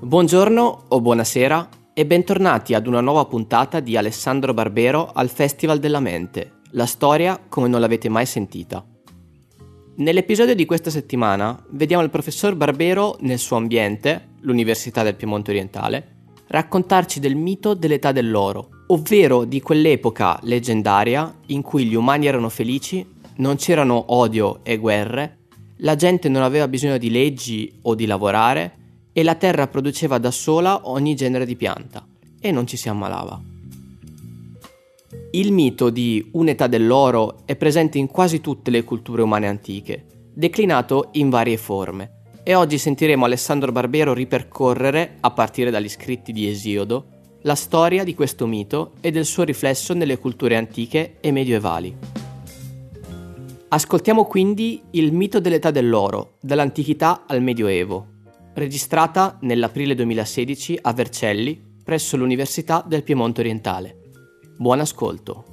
Buongiorno o buonasera e bentornati ad una nuova puntata di Alessandro Barbero al Festival della Mente, la storia come non l'avete mai sentita. Nell'episodio di questa settimana vediamo il professor Barbero nel suo ambiente, l'Università del Piemonte Orientale, raccontarci del mito dell'età dell'oro, ovvero di quell'epoca leggendaria in cui gli umani erano felici, non c'erano odio e guerre, la gente non aveva bisogno di leggi o di lavorare e la terra produceva da sola ogni genere di pianta e non ci si ammalava. Il mito di un'età dell'oro è presente in quasi tutte le culture umane antiche, declinato in varie forme, e oggi sentiremo Alessandro Barbero ripercorrere, a partire dagli scritti di Esiodo, la storia di questo mito e del suo riflesso nelle culture antiche e medievali. Ascoltiamo quindi il mito dell'età dell'oro, dall'antichità al Medioevo, registrata nell'aprile 2016 a Vercelli, presso l'Università del Piemonte Orientale. Buon ascolto.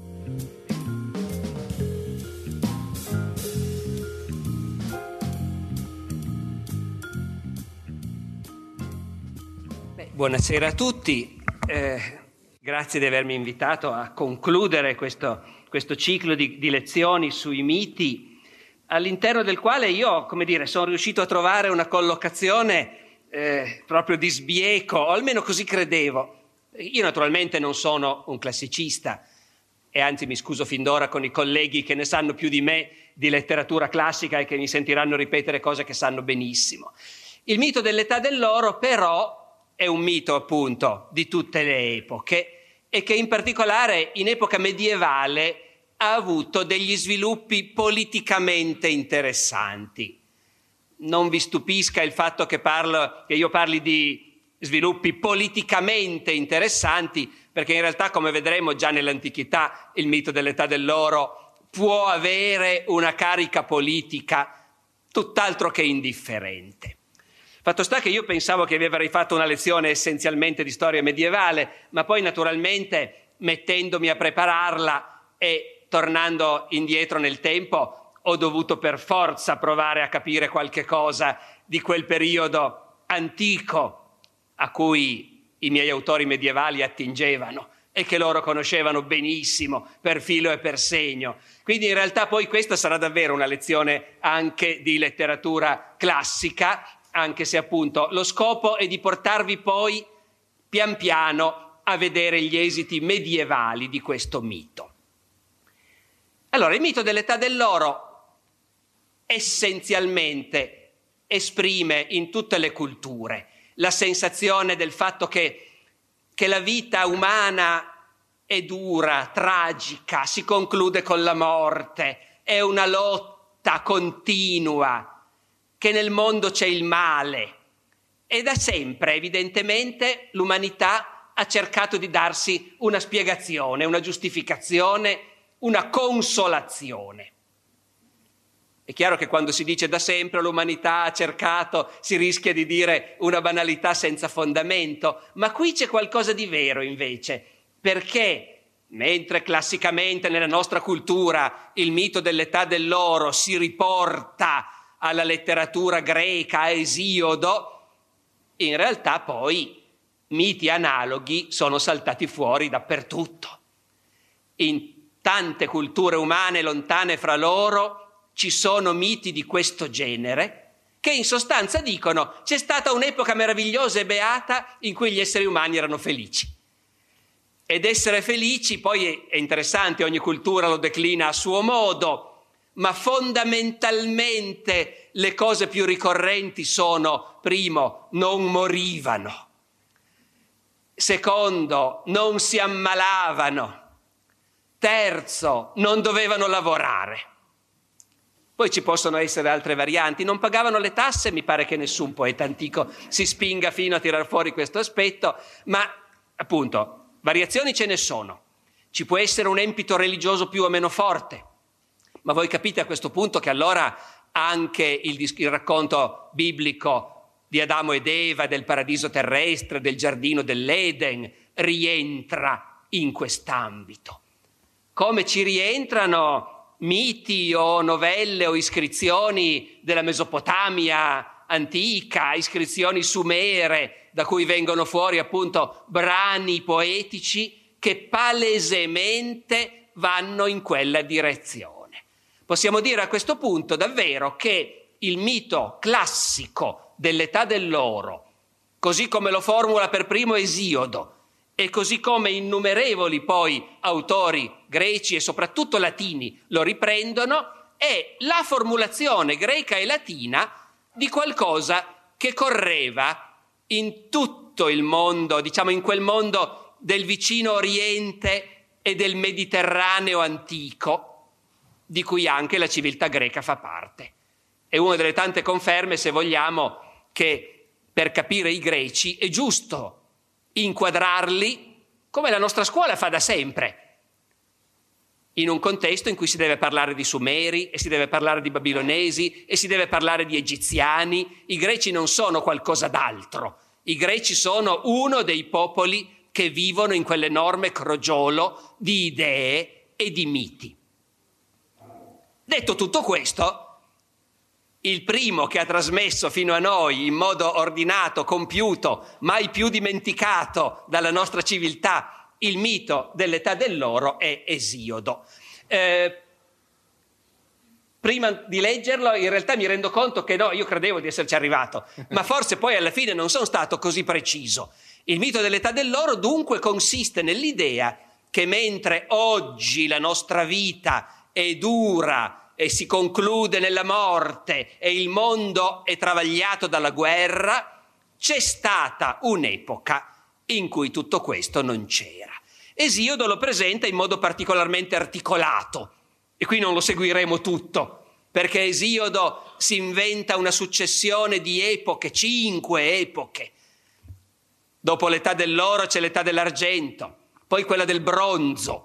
Buonasera a tutti, grazie di avermi invitato a concludere questo ciclo di lezioni sui miti, all'interno del quale io, sono riuscito a trovare una collocazione proprio di sbieco, o almeno così credevo. Io naturalmente non sono un classicista e anzi mi scuso fin d'ora con i colleghi che ne sanno più di me di letteratura classica e che mi sentiranno ripetere cose che sanno benissimo. Il mito dell'età dell'oro però è un mito appunto di tutte le epoche e che in particolare in epoca medievale ha avuto degli sviluppi politicamente interessanti. Non vi stupisca il fatto che io parli di sviluppi politicamente interessanti, perché in realtà, come vedremo già nell'antichità, il mito dell'età dell'oro può avere una carica politica tutt'altro che indifferente. Fatto sta che io pensavo che vi avrei fatto una lezione essenzialmente di storia medievale, ma poi naturalmente mettendomi a prepararla e tornando indietro nel tempo ho dovuto per forza provare a capire qualche cosa di quel periodo antico a cui i miei autori medievali attingevano e che loro conoscevano benissimo per filo e per segno. Quindi in realtà poi questa sarà davvero una lezione anche di letteratura classica, anche se appunto lo scopo è di portarvi poi pian piano a vedere gli esiti medievali di questo mito. Allora, il mito dell'età dell'oro essenzialmente esprime in tutte le culture la sensazione del fatto che la vita umana è dura, tragica, si conclude con la morte, è una lotta continua, che nel mondo c'è il male. E da sempre, evidentemente, l'umanità ha cercato di darsi una spiegazione, una giustificazione, una consolazione. È chiaro che quando si dice da sempre l'umanità ha cercato, si rischia di dire una banalità senza fondamento, ma qui c'è qualcosa di vero invece, perché mentre classicamente nella nostra cultura il mito dell'età dell'oro si riporta alla letteratura greca, a Esiodo, in realtà poi miti analoghi sono saltati fuori dappertutto. In tante culture umane lontane fra loro ci sono miti di questo genere che in sostanza dicono c'è stata un'epoca meravigliosa e beata in cui gli esseri umani erano felici. Ed essere felici poi è interessante, ogni cultura lo declina a suo modo, ma fondamentalmente le cose più ricorrenti sono: primo, non morivano; secondo, non si ammalavano; terzo, non dovevano lavorare. Poi ci possono essere altre varianti. Non pagavano le tasse, mi pare che nessun poeta antico si spinga fino a tirar fuori questo aspetto, ma appunto variazioni ce ne sono. Ci può essere un empito religioso più o meno forte, ma voi capite a questo punto che allora anche il racconto biblico di Adamo ed Eva, del paradiso terrestre, del giardino dell'Eden, rientra in quest'ambito. Come ci rientrano miti o novelle o iscrizioni della Mesopotamia antica, iscrizioni sumere, da cui vengono fuori appunto brani poetici che palesemente vanno in quella direzione. Possiamo dire a questo punto davvero che il mito classico dell'età dell'oro, così come lo formula per primo Esiodo, e così come innumerevoli poi autori greci e soprattutto latini lo riprendono, è la formulazione greca e latina di qualcosa che correva in tutto il mondo, diciamo in quel mondo del vicino Oriente e del Mediterraneo antico, di cui anche la civiltà greca fa parte. È una delle tante conferme, se vogliamo, che per capire i greci è giusto inquadrarli come la nostra scuola fa da sempre, in un contesto in cui si deve parlare di Sumeri e si deve parlare di Babilonesi e si deve parlare di Egiziani. I greci non sono qualcosa d'altro, i greci sono uno dei popoli che vivono in quell'enorme crogiolo di idee e di miti. Detto tutto questo, il primo che ha trasmesso fino a noi in modo ordinato, compiuto, mai più dimenticato dalla nostra civiltà, il mito dell'età dell'oro è Esiodo. Prima di leggerlo in realtà mi rendo conto che no, io credevo di esserci arrivato, ma forse poi alla fine non sono stato così preciso. Il mito dell'età dell'oro dunque consiste nell'idea che mentre oggi la nostra vita è dura e si conclude nella morte e il mondo è travagliato dalla guerra, c'è stata un'epoca in cui tutto questo non c'era. Esiodo lo presenta in modo particolarmente articolato e qui non lo seguiremo tutto, perché Esiodo si inventa una successione di epoche, 5 epoche. Dopo l'età dell'oro c'è l'età dell'argento, poi quella del bronzo,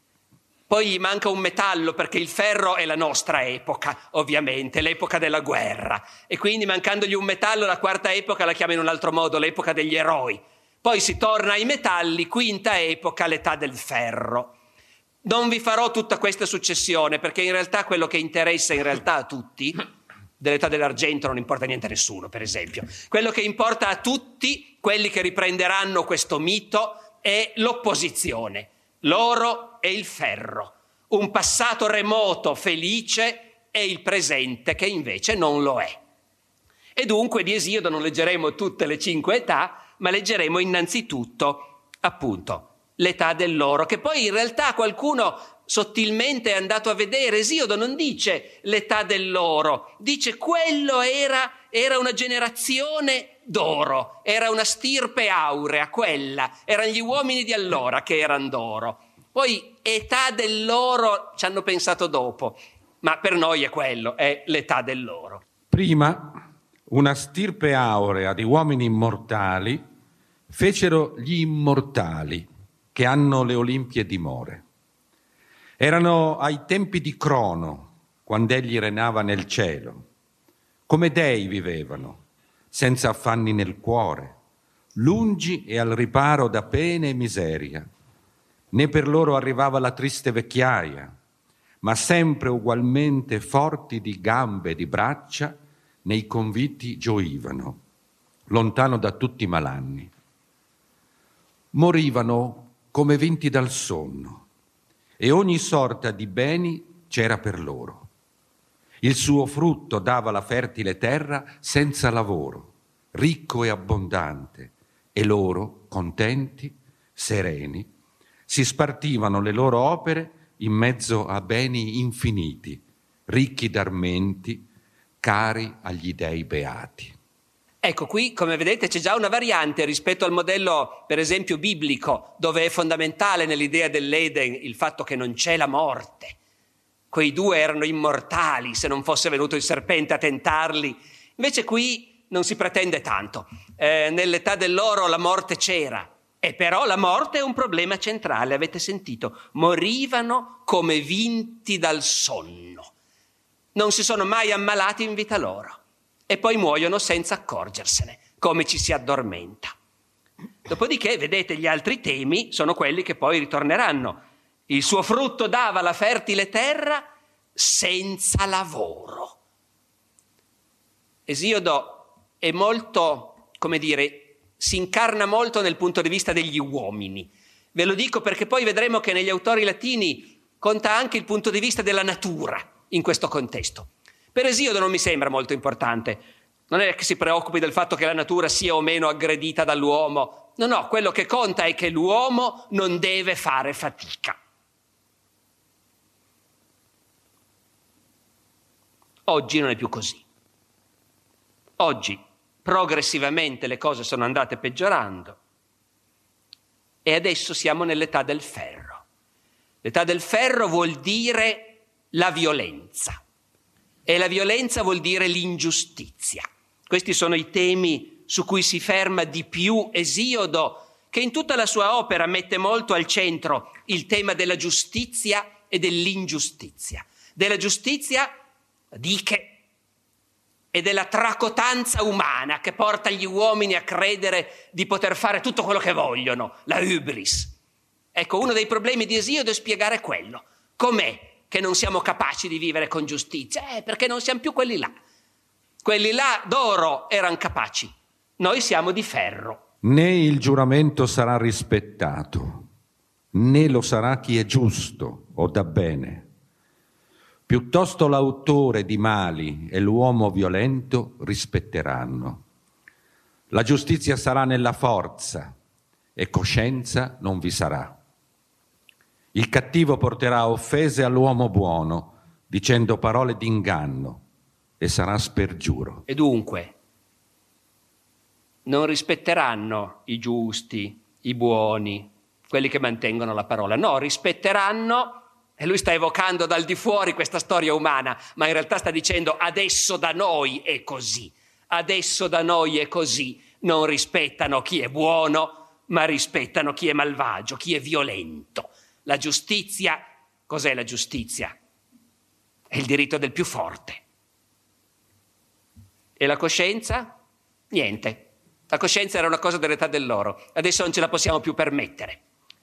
poi gli manca un metallo perché il ferro è la nostra epoca, ovviamente, l'epoca della guerra, e quindi mancandogli un metallo la quarta epoca la chiama in un altro modo, l'epoca degli eroi. Poi si torna ai metalli, quinta epoca, l'età del ferro. Non vi farò tutta questa successione perché in realtà quello che interessa in realtà a tutti, dell'età dell'argento non importa niente a nessuno per esempio, quello che importa a tutti, quelli che riprenderanno questo mito, è l'opposizione, l'oro e il ferro, un passato remoto felice e il presente che invece non lo è. E dunque di Esiodo non leggeremo tutte le 5 età, ma leggeremo innanzitutto, appunto, l'età dell'oro, che poi in realtà qualcuno sottilmente è andato a vedere. Esiodo non dice l'età dell'oro, dice quello era una generazione d'oro, era una stirpe aurea, quella, erano gli uomini di allora che erano d'oro. Poi età dell'oro ci hanno pensato dopo, ma per noi è quello, è l'età dell'oro. Prima una stirpe aurea di uomini immortali fecero gli immortali che hanno le Olimpie dimore. Erano ai tempi di Crono, quando egli regnava nel cielo. Come dei vivevano, senza affanni nel cuore, lungi e al riparo da pene e miseria. Né per loro arrivava la triste vecchiaia, ma sempre ugualmente forti di gambe e di braccia, nei conviti gioivano, lontano da tutti i malanni. Morivano come vinti dal sonno, e ogni sorta di beni c'era per loro. Il suo frutto dava la fertile terra senza lavoro, ricco e abbondante, e loro, contenti, sereni, si spartivano le loro opere in mezzo a beni infiniti, ricchi d'armenti, cari agli dei beati. Ecco, qui, come vedete, c'è già una variante rispetto al modello, per esempio, biblico, dove è fondamentale nell'idea dell'Eden il fatto che non c'è la morte. Quei due erano immortali, se non fosse venuto il serpente a tentarli. Invece qui non si pretende tanto. Nell'età dell'oro la morte c'era, e però la morte è un problema centrale, avete sentito? Morivano come vinti dal sonno. Non si sono mai ammalati in vita loro. E poi muoiono senza accorgersene, come ci si addormenta. Dopodiché, vedete, gli altri temi sono quelli che poi ritorneranno. Il suo frutto dava la fertile terra senza lavoro. Esiodo è molto, come dire, si incarna molto nel punto di vista degli uomini. Ve lo dico perché poi vedremo che negli autori latini conta anche il punto di vista della natura in questo contesto. Per Esiodo non mi sembra molto importante. Non è che si preoccupi del fatto che la natura sia o meno aggredita dall'uomo. No, quello che conta è che l'uomo non deve fare fatica. Oggi non è più così. Oggi progressivamente le cose sono andate peggiorando e adesso siamo nell'età del ferro. L'età del ferro vuol dire la violenza e la violenza vuol dire l'ingiustizia. Questi sono i temi su cui si ferma di più Esiodo, che in tutta la sua opera mette molto al centro il tema della giustizia e dell'ingiustizia. Della giustizia, diche, e della tracotanza umana che porta gli uomini a credere di poter fare tutto quello che vogliono, la hybris. Ecco, uno dei problemi di Esiodo è spiegare quello. Com'è che non siamo capaci di vivere con giustizia? Perché non siamo più quelli là. Quelli là d'oro erano capaci, noi siamo di ferro. Né il giuramento sarà rispettato, né lo sarà chi è giusto o da bene. Piuttosto l'autore di mali e l'uomo violento rispetteranno. La giustizia sarà nella forza e coscienza non vi sarà. Il cattivo porterà offese all'uomo buono, dicendo parole d'inganno, e sarà spergiuro. E dunque, non rispetteranno i giusti, i buoni, quelli che mantengono la parola. No, rispetteranno, e lui sta evocando dal di fuori questa storia umana, ma in realtà sta dicendo adesso da noi è così. Adesso da noi è così. Non rispettano chi è buono, ma rispettano chi è malvagio, chi è violento. La giustizia, cos'è la giustizia? È il diritto del più forte. E la coscienza? Niente. La coscienza era una cosa dell'età dell'oro, adesso non ce la possiamo più permettere.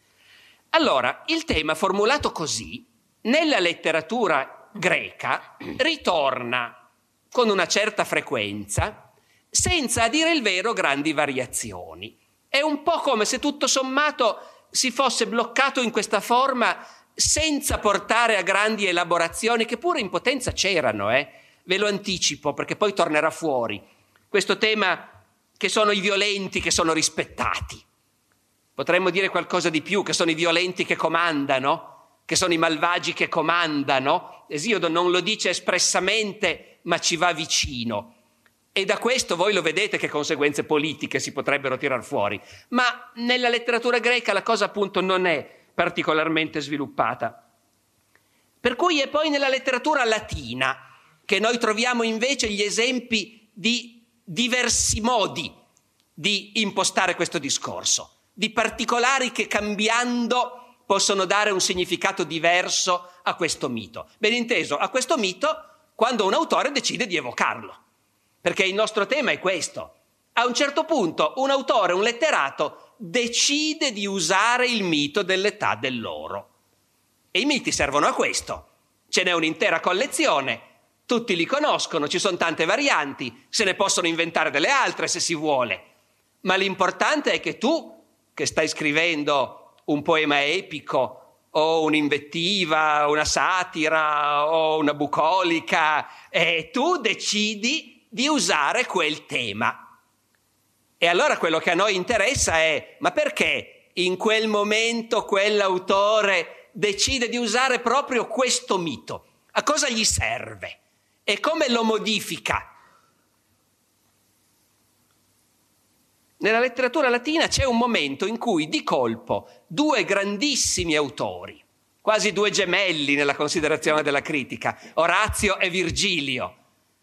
Allora, il tema formulato così, nella letteratura greca, ritorna con una certa frequenza, senza, a dire il vero, grandi variazioni. È un po' come se tutto sommato si fosse bloccato in questa forma senza portare a grandi elaborazioni, che pure in potenza c'erano, Ve lo anticipo perché poi tornerà fuori. Questo tema che sono i violenti che sono rispettati. Potremmo dire qualcosa di più, che sono i violenti che comandano, che sono i malvagi che comandano. Esiodo non lo dice espressamente, ma ci va vicino. E da questo voi lo vedete che conseguenze politiche si potrebbero tirar fuori. Ma nella letteratura greca la cosa appunto non è particolarmente sviluppata. Per cui è poi nella letteratura latina che noi troviamo invece gli esempi di diversi modi di impostare questo discorso, di particolari che cambiando possono dare un significato diverso a questo mito. Ben inteso, a questo mito quando un autore decide di evocarlo, perché il nostro tema è questo. A un certo punto un autore, un letterato, decide di usare il mito dell'età dell'oro. E i miti servono a questo. Ce n'è un'intera collezione, tutti li conoscono, ci sono tante varianti, se ne possono inventare delle altre se si vuole. Ma l'importante è che tu, che stai scrivendo un poema epico o un'invettiva, una satira o una bucolica, tu decidi di usare quel tema. E allora quello che a noi interessa è: ma perché in quel momento quell'autore decide di usare proprio questo mito? A cosa gli serve? E come lo modifica? Nella letteratura latina c'è un momento in cui di colpo due grandissimi autori, quasi due gemelli nella considerazione della critica, Orazio e Virgilio,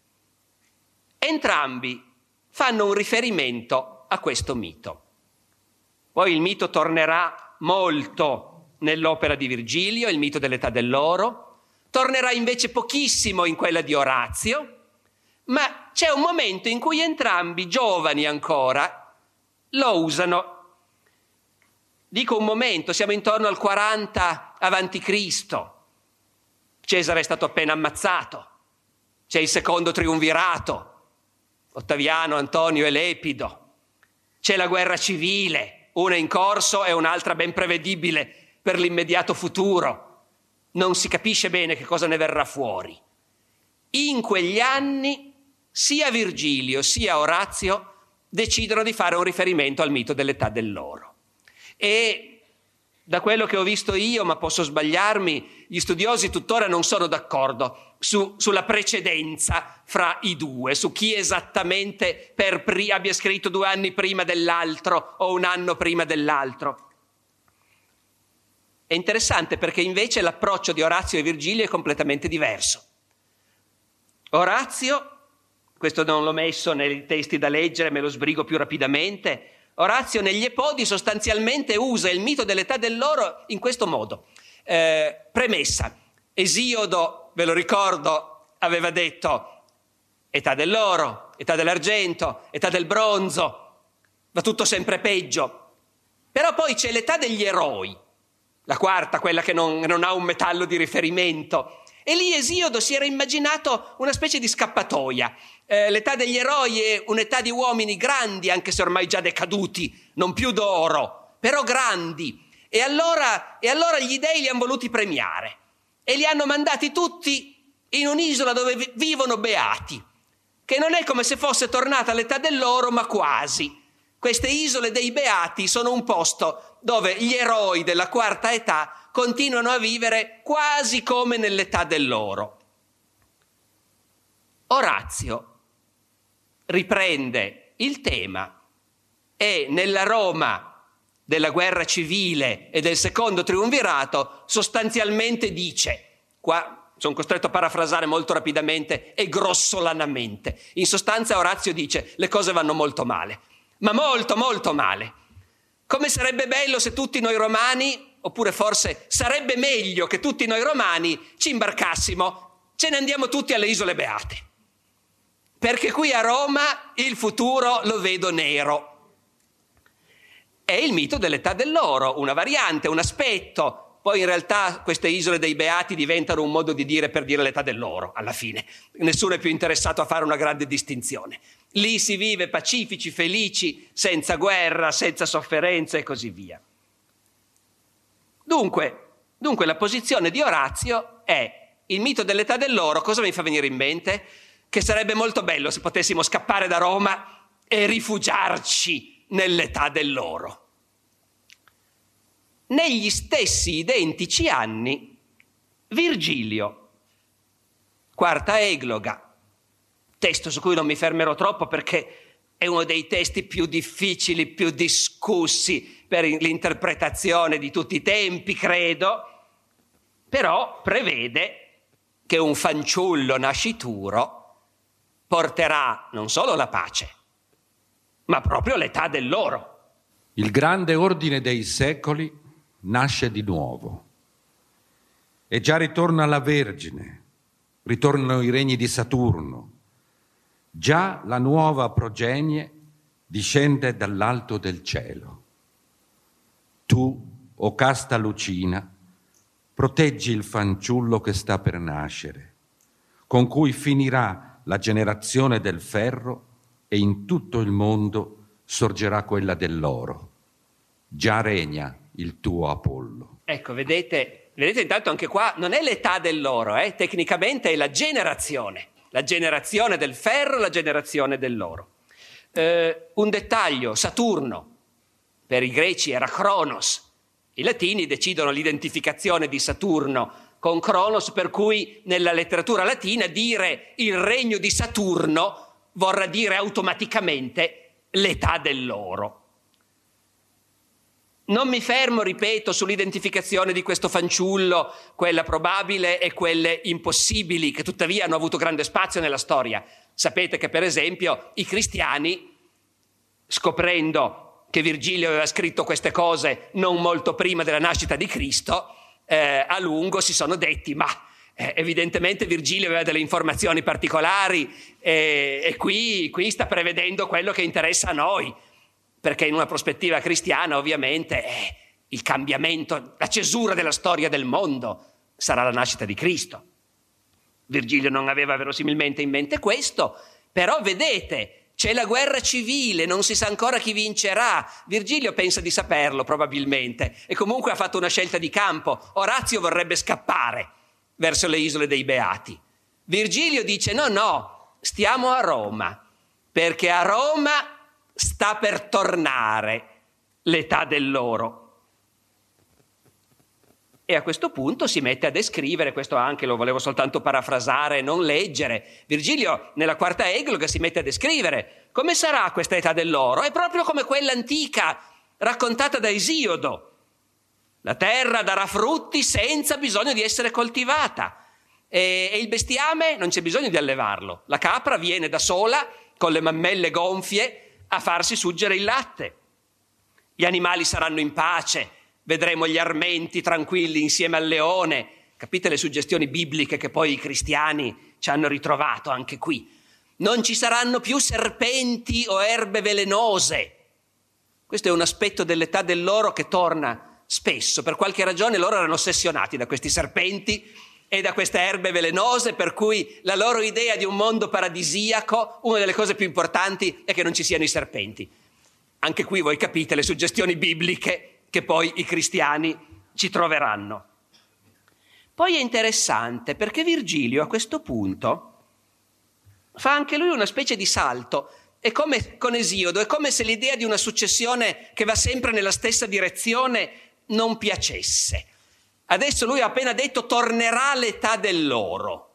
entrambi fanno un riferimento a questo mito. Poi il mito tornerà molto nell'opera di Virgilio, il mito dell'età dell'oro, tornerà invece pochissimo in quella di Orazio, ma c'è un momento in cui entrambi, giovani ancora, lo usano. Dico un momento, siamo intorno al 40 avanti Cristo. Cesare è stato appena ammazzato, c'è il secondo triumvirato. Ottaviano, Antonio e Lepido. C'è la guerra civile, una in corso e un'altra ben prevedibile per l'immediato futuro. Non si capisce bene che cosa ne verrà fuori. In quegli anni sia Virgilio sia Orazio decidono di fare un riferimento al mito dell'età dell'oro. E da quello che ho visto io, ma posso sbagliarmi, gli studiosi tuttora non sono d'accordo sulla precedenza fra i due, su chi esattamente abbia scritto 2 anni prima dell'altro o 1 anno prima dell'altro. È interessante perché invece l'approccio di Orazio e Virgilio è completamente diverso. Orazio, questo non l'ho messo nei testi da leggere, me lo sbrigo più rapidamente. Orazio negli Epodi sostanzialmente usa il mito dell'età dell'oro in questo modo. Premessa: Esiodo, ve lo ricordo, aveva detto età dell'oro, età dell'argento, età del bronzo, va tutto sempre peggio. Però poi c'è l'età degli eroi, la quarta, quella che non ha un metallo di riferimento. E lì Esiodo si era immaginato una specie di scappatoia. L'età degli eroi è un'età di uomini grandi, anche se ormai già decaduti, non più d'oro, però grandi. E allora gli dei li hanno voluti premiare e li hanno mandati tutti in un'isola dove vivono beati, che non è come se fosse tornata l'età dell'oro, ma quasi. Queste isole dei beati sono un posto dove gli eroi della quarta età continuano a vivere quasi come nell'età dell'oro. Orazio riprende il tema e nella Roma della guerra civile e del secondo triumvirato sostanzialmente dice, qua sono costretto a parafrasare molto rapidamente e grossolanamente, in sostanza Orazio dice: le cose vanno molto male, ma molto molto male. Come sarebbe bello se tutti noi romani, oppure forse sarebbe meglio che tutti noi romani ci imbarcassimo, ce ne andiamo tutti alle Isole Beate, perché qui a Roma il futuro lo vedo nero. È il mito dell'età dell'oro, una variante, un aspetto. Poi in realtà queste Isole dei Beati diventano un modo di dire per dire l'età dell'oro, alla fine. Nessuno è più interessato a fare una grande distinzione. Lì si vive pacifici, felici, senza guerra, senza sofferenza e così via. Dunque la posizione di Orazio è: il mito dell'età dell'oro, cosa mi fa venire in mente? Che sarebbe molto bello se potessimo scappare da Roma e rifugiarci nell'età dell'oro. Negli stessi identici anni, Virgilio, quarta egloga, testo su cui non mi fermerò troppo perché è uno dei testi più difficili, più discussi per l'interpretazione di tutti i tempi, credo, però prevede che un fanciullo nascituro porterà non solo la pace, ma proprio l'età dell'oro. Il grande ordine dei secoli nasce di nuovo e già ritorna la Vergine, ritornano i regni di Saturno, già la nuova progenie discende dall'alto del cielo. Tu, o casta Lucina, proteggi il fanciullo che sta per nascere, con cui finirà la generazione del ferro e in tutto il mondo sorgerà quella dell'oro. Già regna il tuo Apollo. Ecco, vedete intanto anche qua non è l'età dell'oro, tecnicamente è la generazione del ferro, la generazione dell'oro. Un dettaglio: Saturno per i greci era Cronos, i latini decidono l'identificazione di Saturno con Cronos, per cui nella letteratura latina dire il regno di Saturno vorrà dire automaticamente l'età dell'oro. Non mi fermo, ripeto, sull'identificazione di questo fanciullo, quella probabile e quelle impossibili, che tuttavia hanno avuto grande spazio nella storia. Sapete che, per esempio, i cristiani, scoprendo che Virgilio aveva scritto queste cose non molto prima della nascita di Cristo, a lungo si sono detti: ma evidentemente Virgilio aveva delle informazioni particolari e qui sta prevedendo quello che interessa a noi. Perché in una prospettiva cristiana ovviamente il cambiamento, la cesura della storia del mondo sarà la nascita di Cristo. Virgilio non aveva verosimilmente in mente questo, però vedete C'è la guerra civile, non si sa ancora chi vincerà. Virgilio pensa di saperlo probabilmente e comunque ha fatto una scelta di campo. Orazio vorrebbe scappare verso le isole dei Beati. Virgilio dice no, stiamo a Roma, perché a Roma sta per tornare l'età dell'oro. E a questo punto si mette a descrivere, questo anche lo volevo soltanto parafrasare, non leggere. Virgilio nella quarta egloga si mette a descrivere come sarà questa età dell'oro. È proprio come quella antica raccontata da Esiodo. La terra darà frutti senza bisogno di essere coltivata. E il bestiame non c'è bisogno di allevarlo. La capra viene da sola, con le mammelle gonfie, a farsi suggere il latte. Gli animali saranno in pace. Vedremo gli armenti tranquilli insieme al leone. Capite le suggestioni bibliche che poi i cristiani ci hanno ritrovato anche qui. Non ci saranno più serpenti o erbe velenose. Questo è un aspetto dell'età dell'oro che torna spesso. Per qualche ragione loro erano ossessionati da questi serpenti e da queste erbe velenose, per cui la loro idea di un mondo paradisiaco, una delle cose più importanti è che non ci siano i serpenti. Anche qui voi capite le suggestioni bibliche che poi i cristiani ci troveranno. Poi è interessante perché Virgilio a questo punto fa anche lui una specie di salto. È come con Esiodo, è come se l'idea di una successione che va sempre nella stessa direzione non piacesse. Adesso lui ha appena detto tornerà l'età dell'oro.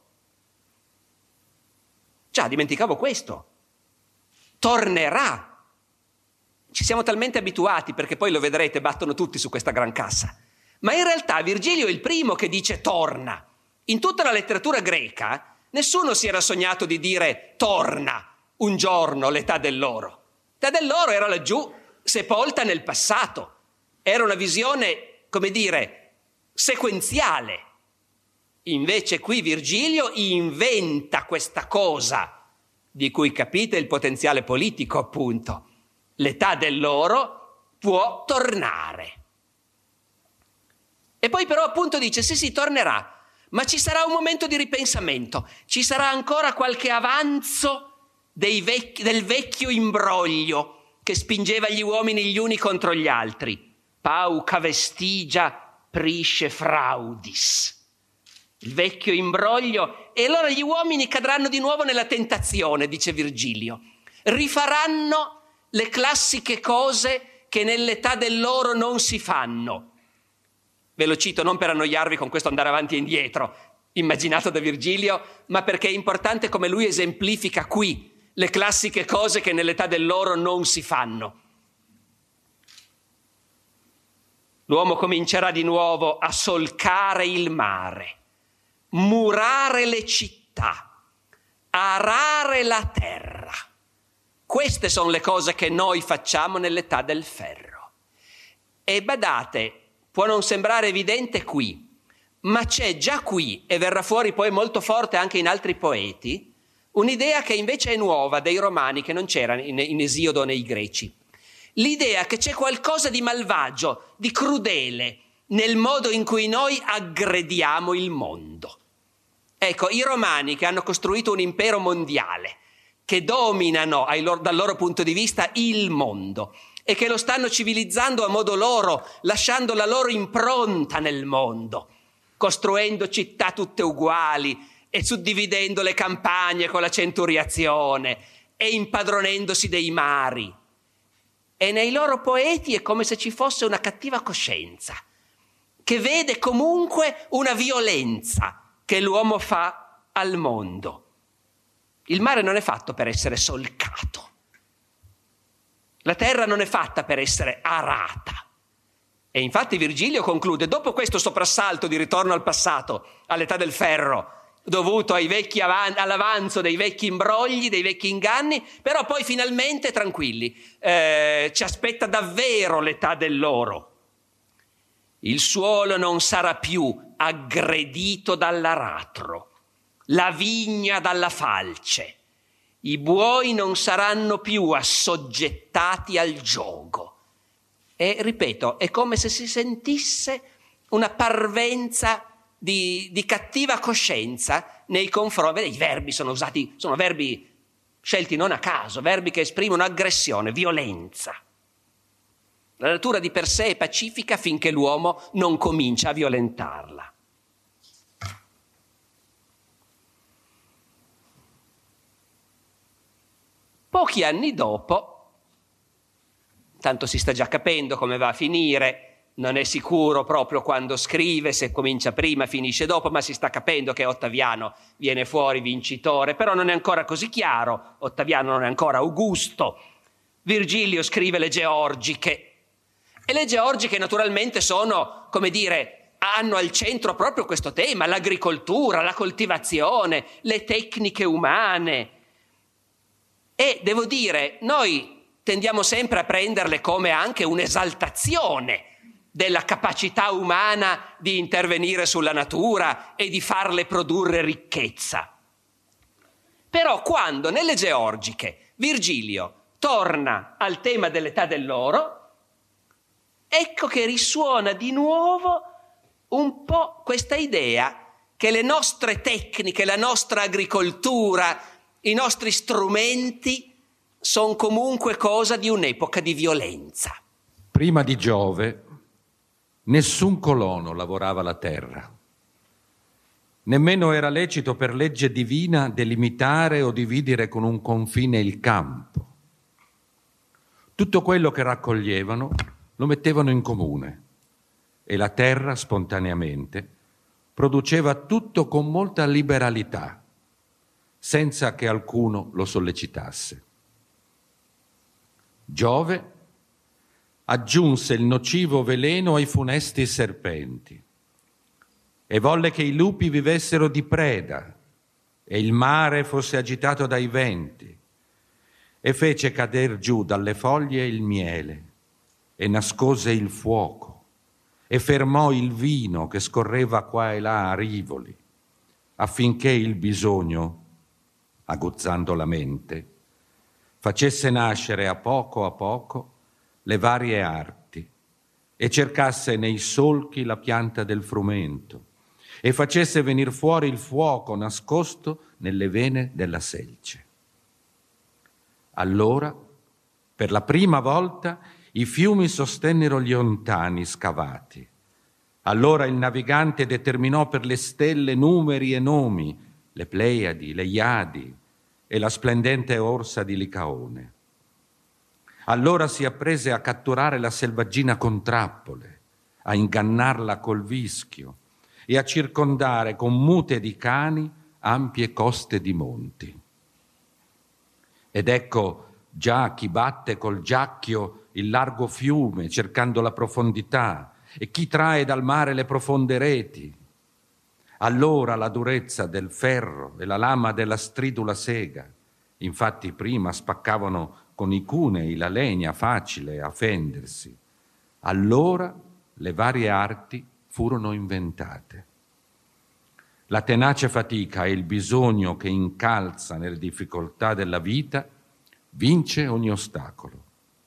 Già, dimenticavo questo. Tornerà. Ci siamo talmente abituati, perché poi lo vedrete, battono tutti su questa gran cassa. Ma in realtà Virgilio è il primo che dice torna. In tutta la letteratura greca nessuno si era sognato di dire torna un giorno l'età dell'oro. L'età dell'oro era laggiù, sepolta nel passato. Era una visione, come dire, sequenziale. Invece qui Virgilio inventa questa cosa, di cui capite il potenziale politico, appunto. L'età dell'oro può tornare. E poi però appunto dice sì, tornerà, ma ci sarà un momento di ripensamento, ci sarà ancora qualche avanzo del vecchio imbroglio che spingeva gli uomini gli uni contro gli altri. Pauca vestigia prisce fraudis. Il vecchio imbroglio, e allora gli uomini cadranno di nuovo nella tentazione, dice Virgilio. Rifaranno le classiche cose che nell'età dell'oro non si fanno. Ve lo cito non per annoiarvi con questo andare avanti e indietro, immaginato da Virgilio, ma perché è importante come lui esemplifica qui le classiche cose che nell'età dell'oro non si fanno. L'uomo comincerà di nuovo a solcare il mare, murare le città, arare la terra. Queste sono le cose che noi facciamo nell'età del ferro. E badate, può non sembrare evidente qui, ma c'è già qui, e verrà fuori poi molto forte anche in altri poeti, un'idea che invece è nuova dei romani, che non c'era in Esiodo nei greci. L'idea che c'è qualcosa di malvagio, di crudele, nel modo in cui noi aggrediamo il mondo. Ecco, i romani che hanno costruito un impero mondiale, che dominano dal loro punto di vista il mondo e che lo stanno civilizzando a modo loro, lasciando la loro impronta nel mondo, costruendo città tutte uguali e suddividendo le campagne con la centuriazione e impadronendosi dei mari. E nei loro poeti è come se ci fosse una cattiva coscienza che vede comunque una violenza che l'uomo fa al mondo. Il mare non è fatto per essere solcato. La terra non è fatta per essere arata. E infatti Virgilio conclude, dopo questo soprassalto di ritorno al passato, all'età del ferro, dovuto all'avanzo dei vecchi imbrogli, dei vecchi inganni, però poi finalmente, tranquilli, ci aspetta davvero l'età dell'oro. Il suolo non sarà più aggredito dall'aratro, la vigna dalla falce, i buoi non saranno più assoggettati al giogo. E ripeto, è come se si sentisse una parvenza di cattiva coscienza nei confronti. I verbi sono usati, sono verbi scelti non a caso, verbi che esprimono aggressione, violenza. La natura di per sé è pacifica finché l'uomo non comincia a violentarla. Pochi anni dopo, tanto si sta già capendo come va a finire, non è sicuro proprio quando scrive, se comincia prima, finisce dopo, ma si sta capendo che Ottaviano viene fuori vincitore, però non è ancora così chiaro, Ottaviano non è ancora Augusto. Virgilio scrive le Georgiche, e le Georgiche naturalmente sono, come dire, hanno al centro proprio questo tema, l'agricoltura, la coltivazione, le tecniche umane. E devo dire, noi tendiamo sempre a prenderle come anche un'esaltazione della capacità umana di intervenire sulla natura e di farle produrre ricchezza. Però quando nelle Georgiche Virgilio torna al tema dell'età dell'oro, ecco che risuona di nuovo un po' questa idea che le nostre tecniche, la nostra agricoltura, i nostri strumenti sono comunque cosa di un'epoca di violenza. Prima di Giove, nessun colono lavorava la terra. Nemmeno era lecito per legge divina delimitare o dividere con un confine il campo. Tutto quello che raccoglievano lo mettevano in comune e la terra spontaneamente produceva tutto con molta liberalità, senza che alcuno lo sollecitasse. Giove aggiunse il nocivo veleno ai funesti serpenti e volle che i lupi vivessero di preda e il mare fosse agitato dai venti e fece cader giù dalle foglie il miele e nascose il fuoco e fermò il vino che scorreva qua e là a rivoli affinché il bisogno, aguzzando la mente, facesse nascere a poco le varie arti e cercasse nei solchi la pianta del frumento e facesse venir fuori il fuoco nascosto nelle vene della selce. Allora, per la prima volta, i fiumi sostennero gli ontani scavati. Allora il navigante determinò per le stelle numeri e nomi, le Pleiadi, le Iadi e la splendente orsa di Licaone. Allora si apprese a catturare la selvaggina con trappole, a ingannarla col vischio e a circondare con mute di cani ampie coste di monti. Ed ecco già chi batte col giacchio il largo fiume cercando la profondità e chi trae dal mare le profonde reti. Allora la durezza del ferro e la lama della stridula sega, infatti prima spaccavano con i cunei la legna facile a fendersi, allora le varie arti furono inventate. La tenace fatica e il bisogno che incalza nelle difficoltà della vita vince ogni ostacolo.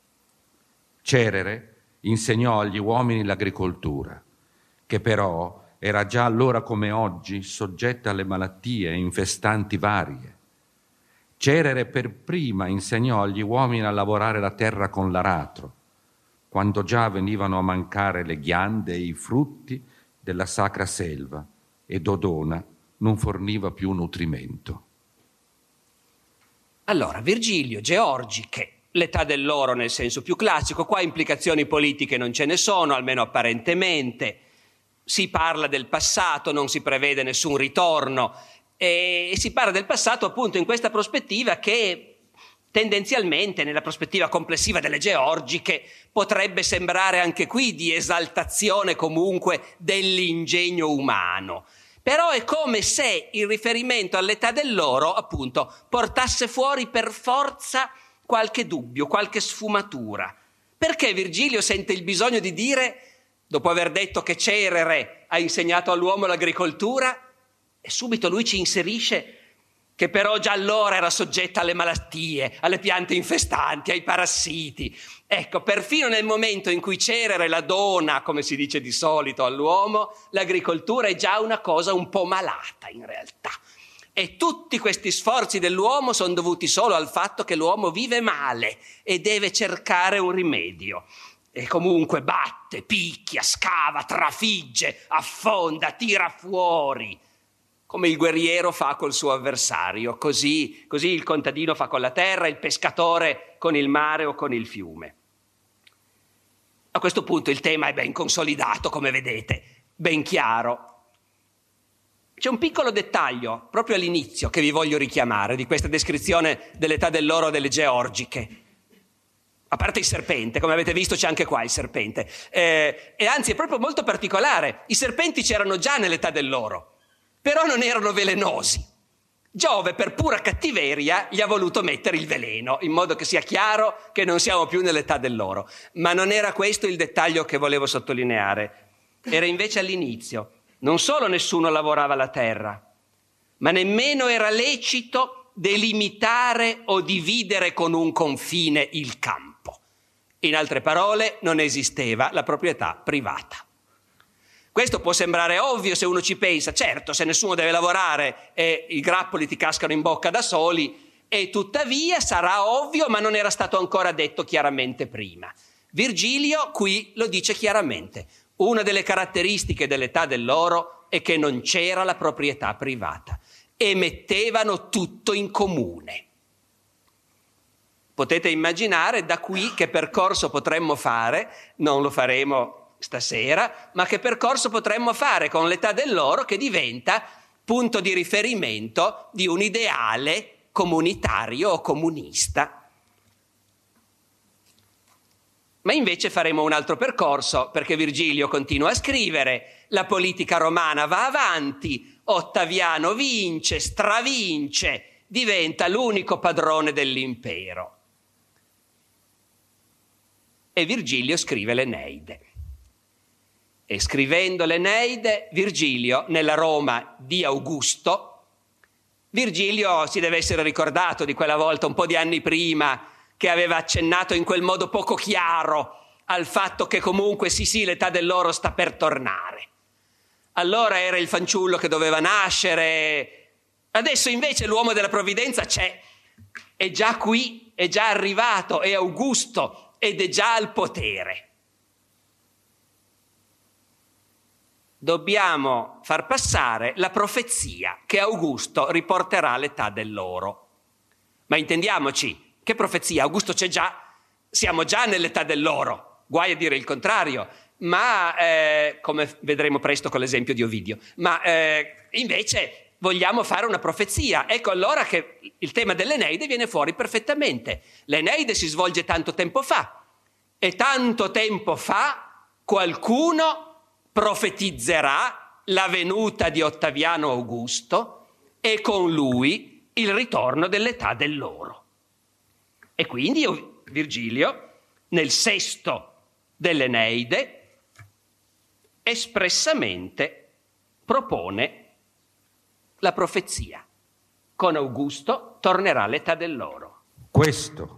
Cerere insegnò agli uomini l'agricoltura, che però era già allora come oggi soggetta alle malattie infestanti varie. Cerere per prima insegnò agli uomini a lavorare la terra con l'aratro, quando già venivano a mancare le ghiande e i frutti della sacra selva e Dodona non forniva più nutrimento. Allora, Virgilio, Georgiche, l'età dell'oro nel senso più classico, qua implicazioni politiche non ce ne sono, almeno apparentemente. Si parla del passato, non si prevede nessun ritorno e si parla del passato appunto in questa prospettiva che tendenzialmente nella prospettiva complessiva delle Georgiche potrebbe sembrare anche qui di esaltazione comunque dell'ingegno umano. Però è come se il riferimento all'età dell'oro appunto portasse fuori per forza qualche dubbio, qualche sfumatura. Perché Virgilio sente il bisogno di dire, dopo aver detto che Cerere ha insegnato all'uomo l'agricoltura, e subito lui ci inserisce che però già allora era soggetta alle malattie, alle piante infestanti, ai parassiti. Ecco, perfino nel momento in cui Cerere la dona, come si dice di solito all'uomo, l'agricoltura è già una cosa un po' malata in realtà. E tutti questi sforzi dell'uomo sono dovuti solo al fatto che l'uomo vive male e deve cercare un rimedio. E comunque batte, picchia, scava, trafigge, affonda, tira fuori, come il guerriero fa col suo avversario. Così il contadino fa con la terra, il pescatore con il mare o con il fiume. A questo punto il tema è ben consolidato, come vedete, ben chiaro. C'è un piccolo dettaglio, proprio all'inizio, che vi voglio richiamare di questa descrizione dell'età dell'oro delle georgiche. A parte il serpente, come avete visto c'è anche qua il serpente. E anzi è proprio molto particolare. I serpenti c'erano già nell'età dell'oro, però non erano velenosi. Giove, per pura cattiveria, gli ha voluto mettere il veleno, in modo che sia chiaro che non siamo più nell'età dell'oro. Ma non era questo il dettaglio che volevo sottolineare. Era invece all'inizio. Non solo nessuno lavorava la terra, ma nemmeno era lecito delimitare o dividere con un confine il campo. In altre parole, non esisteva la proprietà privata. Questo può sembrare ovvio se uno ci pensa. Certo, se nessuno deve lavorare e i grappoli ti cascano in bocca da soli, e tuttavia sarà ovvio, ma non era stato ancora detto chiaramente prima. Virgilio qui lo dice chiaramente. Una delle caratteristiche dell'età dell'oro è che non c'era la proprietà privata e mettevano tutto in comune. Potete immaginare da qui che percorso potremmo fare, non lo faremo stasera, ma che percorso potremmo fare con l'età dell'oro che diventa punto di riferimento di un ideale comunitario o comunista. Ma invece faremo un altro percorso, perché Virgilio continua a scrivere, la politica romana va avanti, Ottaviano vince, stravince, diventa l'unico padrone dell'impero. E Virgilio scrive l'Eneide. E scrivendo l'Eneide, Virgilio, nella Roma di Augusto, Virgilio si deve essere ricordato di quella volta un po' di anni prima, che aveva accennato in quel modo poco chiaro al fatto che comunque sì, l'età dell'oro sta per tornare. Allora era il fanciullo che doveva nascere, adesso invece l'uomo della provvidenza c'è, è già qui, è già arrivato, è Augusto ed è già al potere. Dobbiamo far passare la profezia che Augusto riporterà l'età dell'oro. Ma intendiamoci, che profezia? Augusto c'è già, siamo già nell'età dell'oro, guai a dire il contrario, ma come vedremo presto con l'esempio di Ovidio, ma invece vogliamo fare una profezia. Ecco allora che il tema dell'Eneide viene fuori perfettamente. L'Eneide si svolge tanto tempo fa e tanto tempo fa qualcuno profetizzerà la venuta di Ottaviano Augusto e con lui il ritorno dell'età dell'oro. E quindi Virgilio, nel sesto dell'Eneide, espressamente propone la profezia. Con Augusto tornerà l'età dell'oro. Questo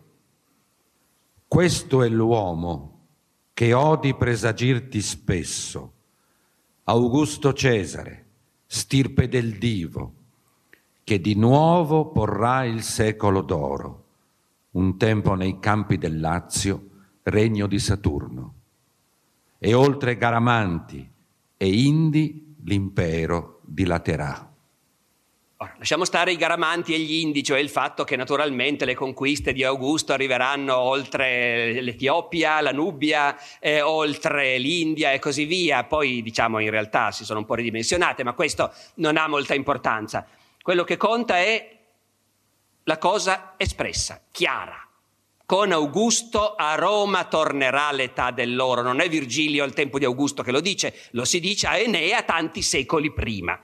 è l'uomo che odi presagirti spesso, Augusto Cesare, stirpe del divo, che di nuovo porrà il secolo d'oro, un tempo nei campi del Lazio, regno di Saturno, e oltre Garamanti e Indi l'impero dilaterà. Ora, lasciamo stare i Garamanti e gli Indi, cioè il fatto che naturalmente le conquiste di Augusto arriveranno oltre l'Etiopia, la Nubia, oltre l'India e così via. Poi diciamo in realtà si sono un po' ridimensionate, ma questo non ha molta importanza. Quello che conta è la cosa espressa, chiara. Con Augusto a Roma tornerà l'età dell'oro. Non è Virgilio al tempo di Augusto che lo dice, lo si dice a Enea tanti secoli prima.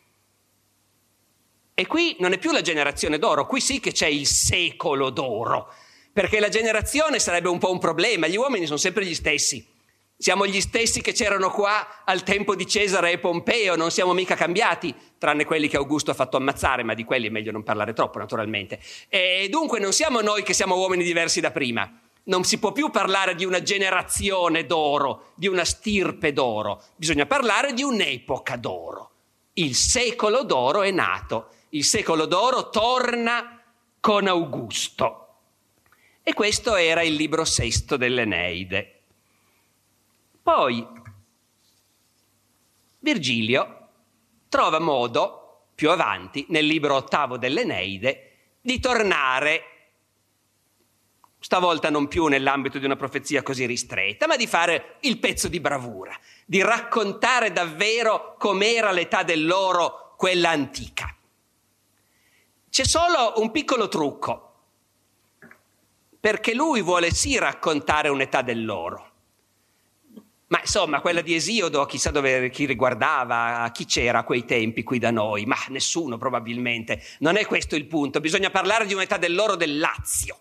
E qui non è più la generazione d'oro, qui sì che c'è il secolo d'oro, perché la generazione sarebbe un po' un problema, gli uomini sono sempre gli stessi. Siamo gli stessi che c'erano qua al tempo di Cesare e Pompeo, non siamo mica cambiati, tranne quelli che Augusto ha fatto ammazzare, ma di quelli è meglio non parlare troppo naturalmente. E dunque non siamo noi che siamo uomini diversi da prima. Non si può più parlare di una generazione d'oro, di una stirpe d'oro. Bisogna parlare di un'epoca d'oro. Il secolo d'oro è nato il secolo d'oro torna con Augusto. E questo era il libro sesto dell'Eneide. Poi Virgilio trova modo, più avanti, nel libro ottavo dell'Eneide, di tornare, stavolta non più nell'ambito di una profezia così ristretta, ma di fare il pezzo di bravura, di raccontare davvero com'era l'età dell'oro, quella antica. C'è solo un piccolo trucco, perché lui vuole sì raccontare un'età dell'oro, ma insomma quella di Esiodo chissà chi riguardava, chi c'era a quei tempi qui da noi, ma nessuno probabilmente. Non è questo il punto, bisogna parlare di un'età dell'oro del Lazio,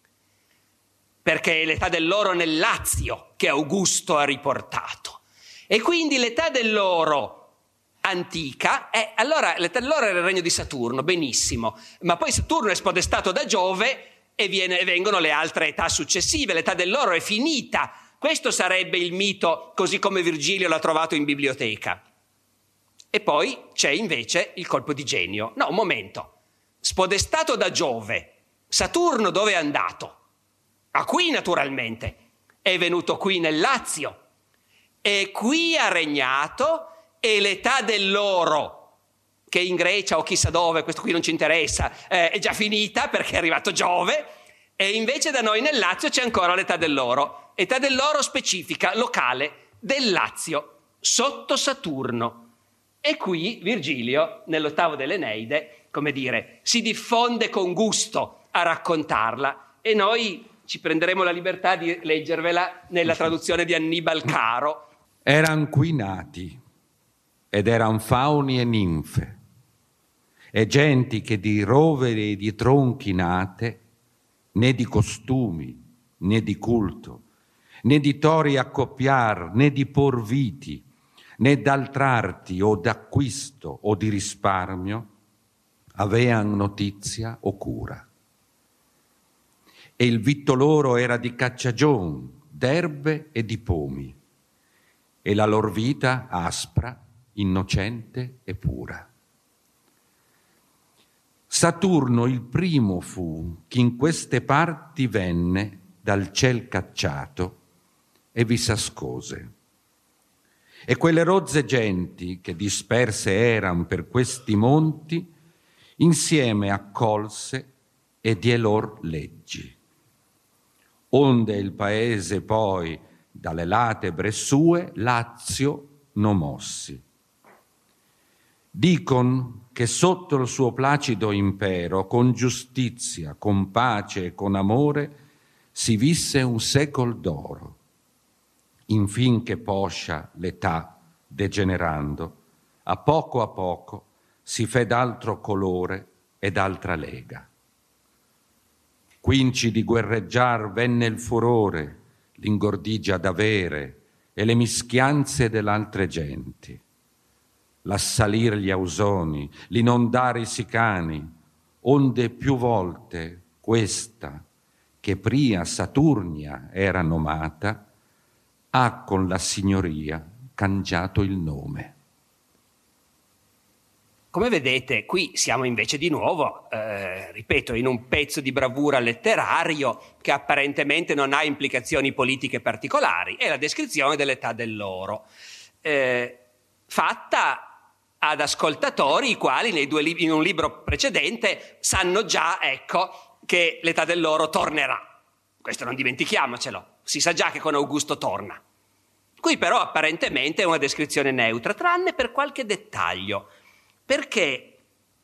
perché è l'età dell'oro nel Lazio che Augusto ha riportato. E quindi l'età dell'oro antica, allora l'età dell'oro era il regno di Saturno, benissimo, ma poi Saturno è spodestato da Giove e vengono le altre età successive, l'età dell'oro è finita. Questo sarebbe il mito così come Virgilio l'ha trovato in biblioteca. E poi c'è invece il colpo di genio. No, un momento, spodestato da Giove, Saturno dove è andato? A qui naturalmente, è venuto qui nel Lazio e qui ha regnato, e l'età dell'oro, che in Grecia o chissà dove, questo qui non ci interessa, è già finita perché è arrivato Giove, e invece da noi nel Lazio c'è ancora l'età dell'oro specifica, locale, del Lazio, sotto Saturno. E qui Virgilio, nell'ottavo dell'Eneide, come dire, si diffonde con gusto a raccontarla, e noi ci prenderemo la libertà di leggervela nella traduzione di Annibal Caro. Eran qui nati, ed eran fauni e ninfe, e genti che di roveri e di tronchi nate, né di costumi, né di culto, né di tori accoppiar, né di por viti, né d'altr'arti o d'acquisto o di risparmio, avean notizia o cura. E il vitto loro era di cacciagion, d'erbe e di pomi, e la lor vita aspra, innocente e pura. Saturno il primo fu che in queste parti venne dal ciel cacciato e vi s'ascose. E quelle rozze genti che disperse eran per questi monti insieme accolse e die lor leggi. Onde il paese poi dalle latebre sue Lazio non mossi. Dicon che sotto il suo placido impero, con giustizia, con pace e con amore, si visse un secol d'oro, infin che poscia l'età, degenerando, a poco si fe d'altro colore e d'altra lega. Quinci di guerreggiar venne il furore, l'ingordigia d'avere e le mischianze dell'altre genti, l'assalir gli ausoni, l'inondare i sicani, onde più volte questa, che pria Saturnia era nomata, ha con la signoria cangiato il nome. Come vedete, qui siamo invece di nuovo, ripeto, in un pezzo di bravura letterario che apparentemente non ha implicazioni politiche particolari, è la descrizione dell'età dell'oro, fatta ad ascoltatori i quali in un libro precedente sanno già, ecco, che l'età dell'oro tornerà. Questo non dimentichiamocelo, si sa già che con Augusto torna. Qui però apparentemente è una descrizione neutra, tranne per qualche dettaglio, perché,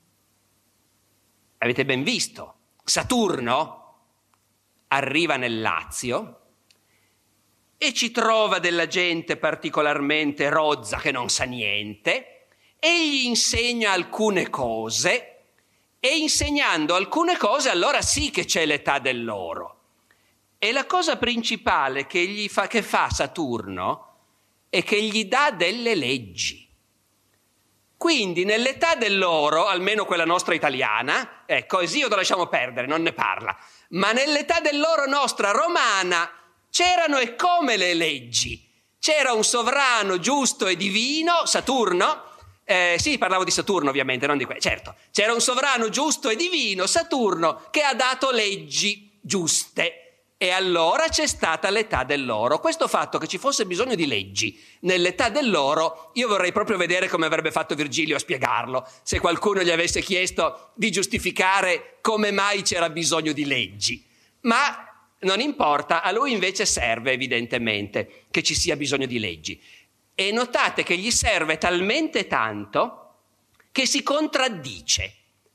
avete ben visto, Saturno arriva nel Lazio e ci trova della gente particolarmente rozza che non sa niente, e gli insegna alcune cose, e insegnando alcune cose allora sì che c'è l'età dell'oro. E la cosa principale che fa Saturno è che gli dà delle leggi. Quindi nell'età dell'oro, almeno quella nostra italiana, ecco, Esiodo lasciamo perdere, non ne parla, ma nell'età dell'oro nostra romana c'erano e come le leggi. C'era un sovrano giusto e divino, Saturno, Sì, parlavo di Saturno ovviamente, non di quello. Certo, c'era un sovrano giusto e divino, Saturno, che ha dato leggi giuste. E allora c'è stata l'età dell'oro. Questo fatto che ci fosse bisogno di leggi nell'età dell'oro, io vorrei proprio vedere come avrebbe fatto Virgilio a spiegarlo, se qualcuno gli avesse chiesto di giustificare come mai c'era bisogno di leggi. Ma non importa, a lui invece serve evidentemente che ci sia bisogno di leggi. E notate che gli serve talmente tanto che si contraddice.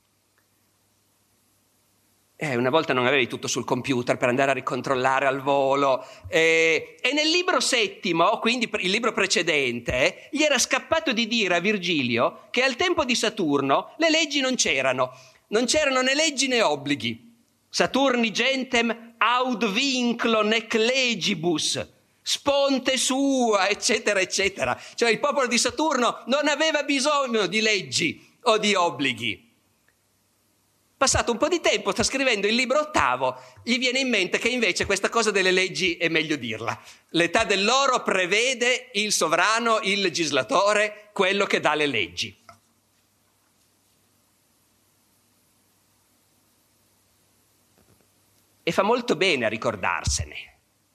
Una volta non avevi tutto sul computer per andare a ricontrollare al volo, e nel libro settimo, quindi il libro precedente, gli era scappato di dire a Virgilio che al tempo di Saturno le leggi non c'erano né leggi né obblighi. Saturni gentem aud vinclo nec legibus, sponte sua, eccetera, eccetera. Cioè il popolo di Saturno non aveva bisogno di leggi o di obblighi. Passato un po' di tempo, sta scrivendo il libro ottavo, gli viene in mente che invece questa cosa delle leggi è meglio dirla. L'età dell'oro prevede il sovrano, il legislatore, quello che dà le leggi. E fa molto bene a ricordarsene.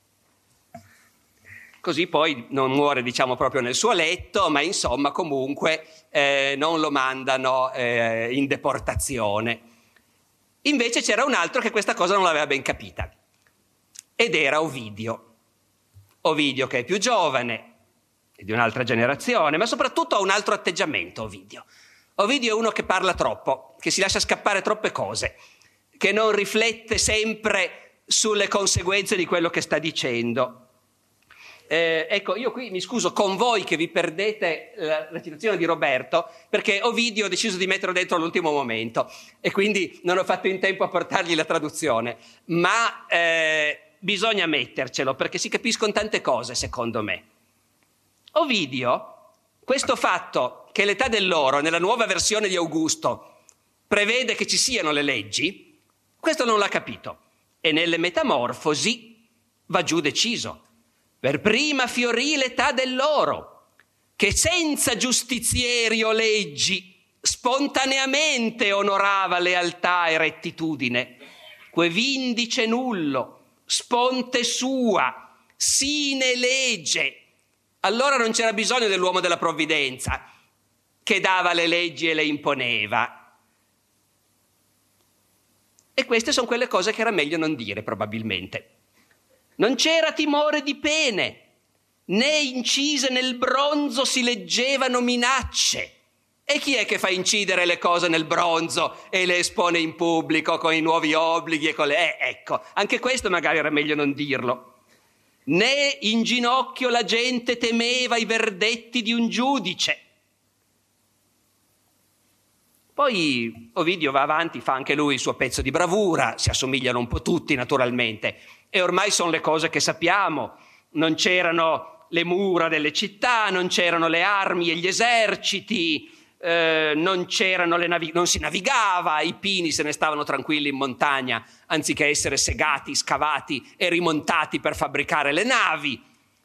Così poi non muore, diciamo, proprio nel suo letto, ma insomma comunque non lo mandano in deportazione. Invece c'era un altro che questa cosa non l'aveva ben capita, ed era Ovidio. Ovidio che è più giovane, è di un'altra generazione, ma soprattutto ha un altro atteggiamento Ovidio. Ovidio è uno che parla troppo, che si lascia scappare troppe cose, che non riflette sempre sulle conseguenze di quello che sta dicendo. Ecco, io qui mi scuso con voi che vi perdete la recitazione di Roberto, perché Ovidio ho deciso di metterlo dentro all'ultimo momento e quindi non ho fatto in tempo a portargli la traduzione, ma bisogna mettercelo perché si capiscono tante cose, secondo me. Ovidio, questo fatto che l'età dell'oro nella nuova versione di Augusto prevede che ci siano le leggi, questo non l'ha capito, e nelle Metamorfosi va giù deciso. Per prima fiorì l'età dell'oro, che senza giustizieri o leggi spontaneamente onorava lealtà e rettitudine, que vindice nullo, sponte sua, sine legge. Allora non c'era bisogno dell'uomo della provvidenza, che dava le leggi e le imponeva. E queste sono quelle cose che era meglio non dire, probabilmente. Non c'era timore di pene, né incise nel bronzo si leggevano minacce. E chi è che fa incidere le cose nel bronzo e le espone in pubblico con i nuovi obblighi e con le... ecco, anche questo magari era meglio non dirlo. Né in ginocchio la gente temeva i verdetti di un giudice. Poi Ovidio va avanti, fa anche lui il suo pezzo di bravura, si assomigliano un po' tutti naturalmente, e ormai sono le cose che sappiamo. Non c'erano le mura delle città, non c'erano le armi e gli eserciti, non si navigava, i pini se ne stavano tranquilli in montagna, anziché essere segati, scavati e rimontati per fabbricare le navi.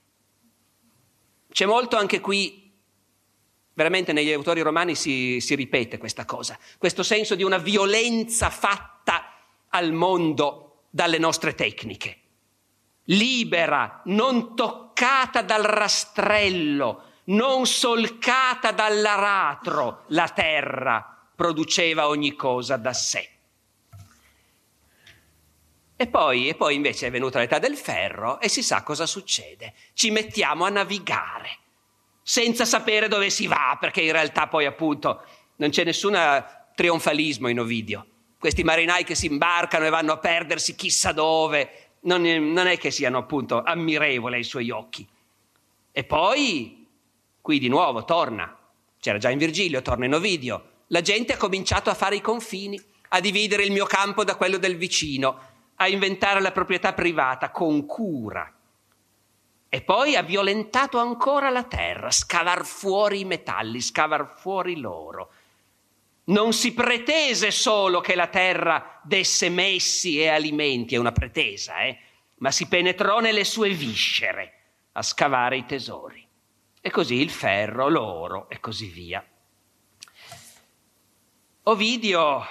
C'è molto anche qui. Veramente negli autori romani si ripete questa cosa, questo senso di una violenza fatta al mondo dalle nostre tecniche. Libera, non toccata dal rastrello, non solcata dall'aratro, la terra produceva ogni cosa da sé. E poi invece è venuta l'età del ferro e si sa cosa succede. Ci mettiamo a navigare, senza sapere dove si va, perché in realtà poi appunto non c'è nessun trionfalismo in Ovidio. Questi marinai che si imbarcano e vanno a perdersi chissà dove, non è che siano appunto ammirevoli ai suoi occhi. E poi, qui di nuovo torna, c'era già in Virgilio, torna in Ovidio, la gente ha cominciato a fare i confini, a dividere il mio campo da quello del vicino, a inventare la proprietà privata con cura. E poi ha violentato ancora la terra, scavar fuori i metalli, scavar fuori l'oro. Non si pretese solo che la terra desse messi e alimenti, è una pretesa, ma si penetrò nelle sue viscere a scavare i tesori. E così il ferro, l'oro e così via. Ovidio,